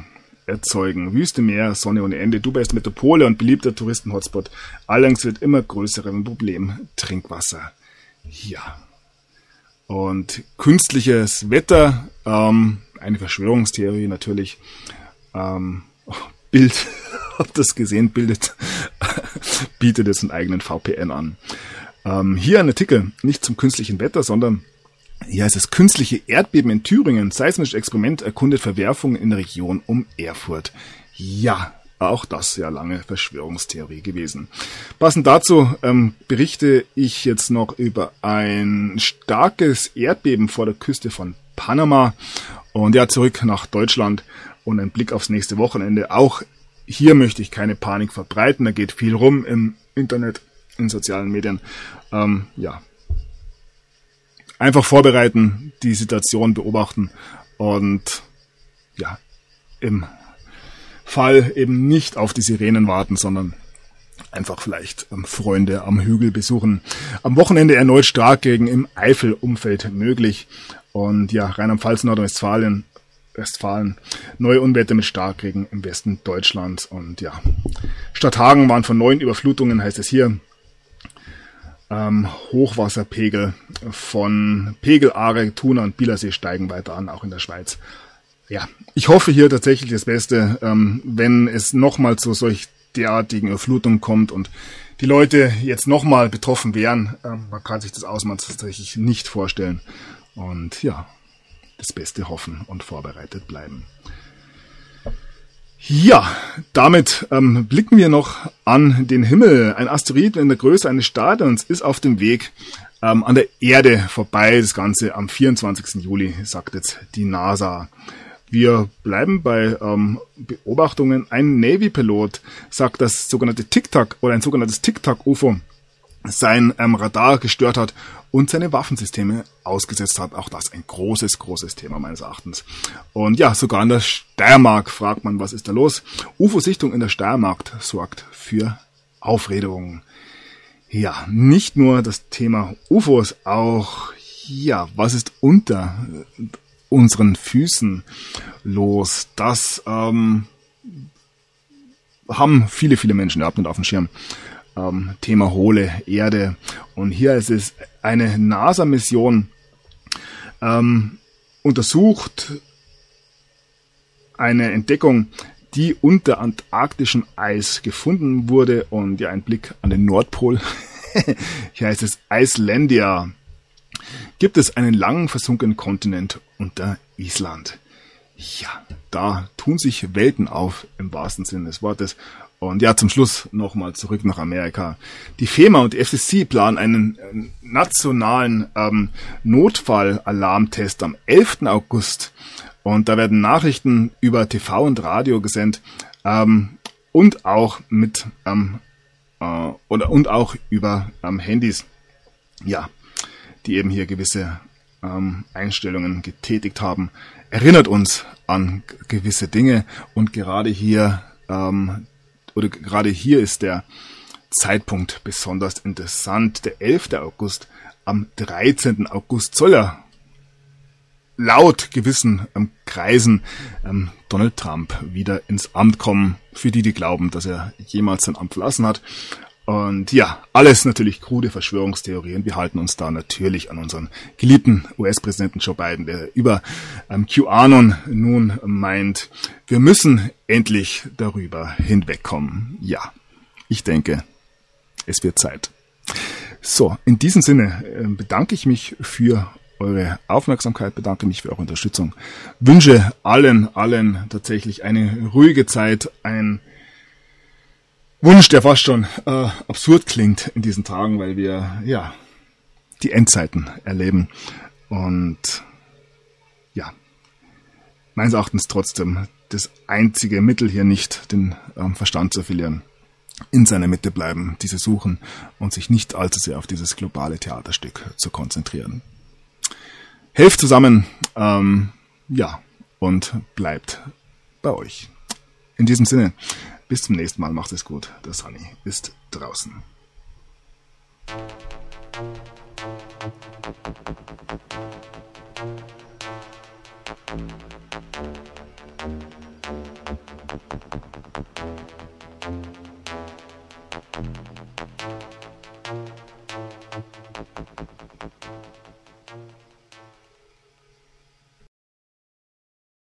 erzeugen. Wüste, Meer, Sonne ohne Ende. Dubai ist Metropole und beliebter Touristen-Hotspot. Allerdings wird immer größer ein Problem Trinkwasser. Ja. Und künstliches Wetter, ähm, eine Verschwörungstheorie natürlich. Ähm, oh, Bild, habt ihr das gesehen, bildet, bietet jetzt einen eigenen V P N an. Ähm, hier ein Artikel, nicht zum künstlichen Wetter, sondern hier heißt es, künstliche Erdbeben in Thüringen, seismisches Experiment erkundet Verwerfungen in der Region um Erfurt. Ja, auch das ja lange Verschwörungstheorie gewesen. Passend dazu ähm, berichte ich jetzt noch über ein starkes Erdbeben vor der Küste von Panama und ja, zurück nach Deutschland und ein Blick aufs nächste Wochenende. Auch hier möchte ich keine Panik verbreiten, da geht viel rum im Internet, in sozialen Medien. Ähm, ja, einfach vorbereiten, die Situation beobachten und ja, im Fall eben nicht auf die Sirenen warten, sondern einfach vielleicht ähm, Freunde am Hügel besuchen. Am Wochenende erneut Starkregen im Eifelumfeld möglich. Und ja, Rheinland-Pfalz, Nordrhein-Westfalen, Westfalen, neue Unwetter mit Starkregen im Westen Deutschlands. Und ja, Stadthagen waren von neuen Überflutungen, heißt es hier. Ähm, Hochwasserpegel von Pegel, Aare, Thuner und Bielersee steigen weiter an, auch in der Schweiz. Ja, ich hoffe hier tatsächlich das Beste, ähm, wenn es nochmal zu solch derartigen Überflutungen kommt und die Leute jetzt nochmal betroffen wären. Ähm, man kann sich das Ausmaß tatsächlich nicht vorstellen. Und ja, das Beste hoffen und vorbereitet bleiben. Ja, damit ähm, blicken wir noch an den Himmel. Ein Asteroid in der Größe eines Stadions ist auf dem Weg ähm, an der Erde vorbei. Das Ganze am vierundzwanzigsten Juli, sagt jetzt die NASA. Wir bleiben bei ähm, Beobachtungen. Ein Navy-Pilot sagt, dass sogenannte Tic-Tac oder ein sogenanntes Tic-Tac-U F O sein ähm, Radar gestört hat und seine Waffensysteme ausgesetzt hat. Auch das ein großes, großes Thema meines Erachtens. Und ja, sogar in der Steiermark fragt man, was ist da los? U F O-Sichtung in der Steiermark sorgt für Aufregung. Ja, nicht nur das Thema U F Os, auch, ja, was ist unter unseren Füßen los? Das ähm, haben viele, viele Menschen überhaupt nicht auf dem Schirm. Ähm, Thema hohle Erde. Und hier ist es eine NASA-Mission ähm, untersucht eine Entdeckung, die unter antarktischem Eis gefunden wurde. Und ja, ein Blick an den Nordpol. Hier heißt es Icelandia. Gibt es einen lang versunkenen Kontinent unter Island? Ja, da tun sich Welten auf, im wahrsten Sinne des Wortes. Und ja, zum Schluss nochmal zurück nach Amerika. Die FEMA und die F C C planen einen äh, nationalen ähm, Notfallalarmtest am elften August. Und da werden Nachrichten über T V und Radio gesendet ähm, und auch mit ähm, äh, oder und auch über ähm, Handys. Ja, die eben hier gewisse ähm, Einstellungen getätigt haben, erinnert uns an g- gewisse Dinge und gerade hier ähm, oder gerade hier ist der Zeitpunkt besonders interessant. Der elfte August, am dreizehnten August soll er laut gewissen ähm, Kreisen ähm, Donald Trump wieder ins Amt kommen, für die, die glauben, dass er jemals sein Amt verlassen hat. Und ja, alles natürlich krude Verschwörungstheorien. Wir halten uns da natürlich an unseren geliebten U S-Präsidenten Joe Biden, der über ähm, QAnon nun meint, wir müssen endlich darüber hinwegkommen. Ja, ich denke, es wird Zeit. So, in diesem Sinne äh, bedanke ich mich für eure Aufmerksamkeit, bedanke mich für eure Unterstützung, wünsche allen, allen tatsächlich eine ruhige Zeit, ein Wunsch, der fast schon äh, absurd klingt in diesen Tagen, weil wir ja die Endzeiten erleben und ja, meines Erachtens trotzdem das einzige Mittel hier nicht, den ähm, Verstand zu verlieren, in seiner Mitte bleiben, diese suchen und sich nicht allzu sehr auf dieses globale Theaterstück zu konzentrieren. Helft zusammen, ähm, ja, und bleibt bei euch. In diesem Sinne, bis zum nächsten Mal, macht es gut. Der Sunny ist draußen. Thank you.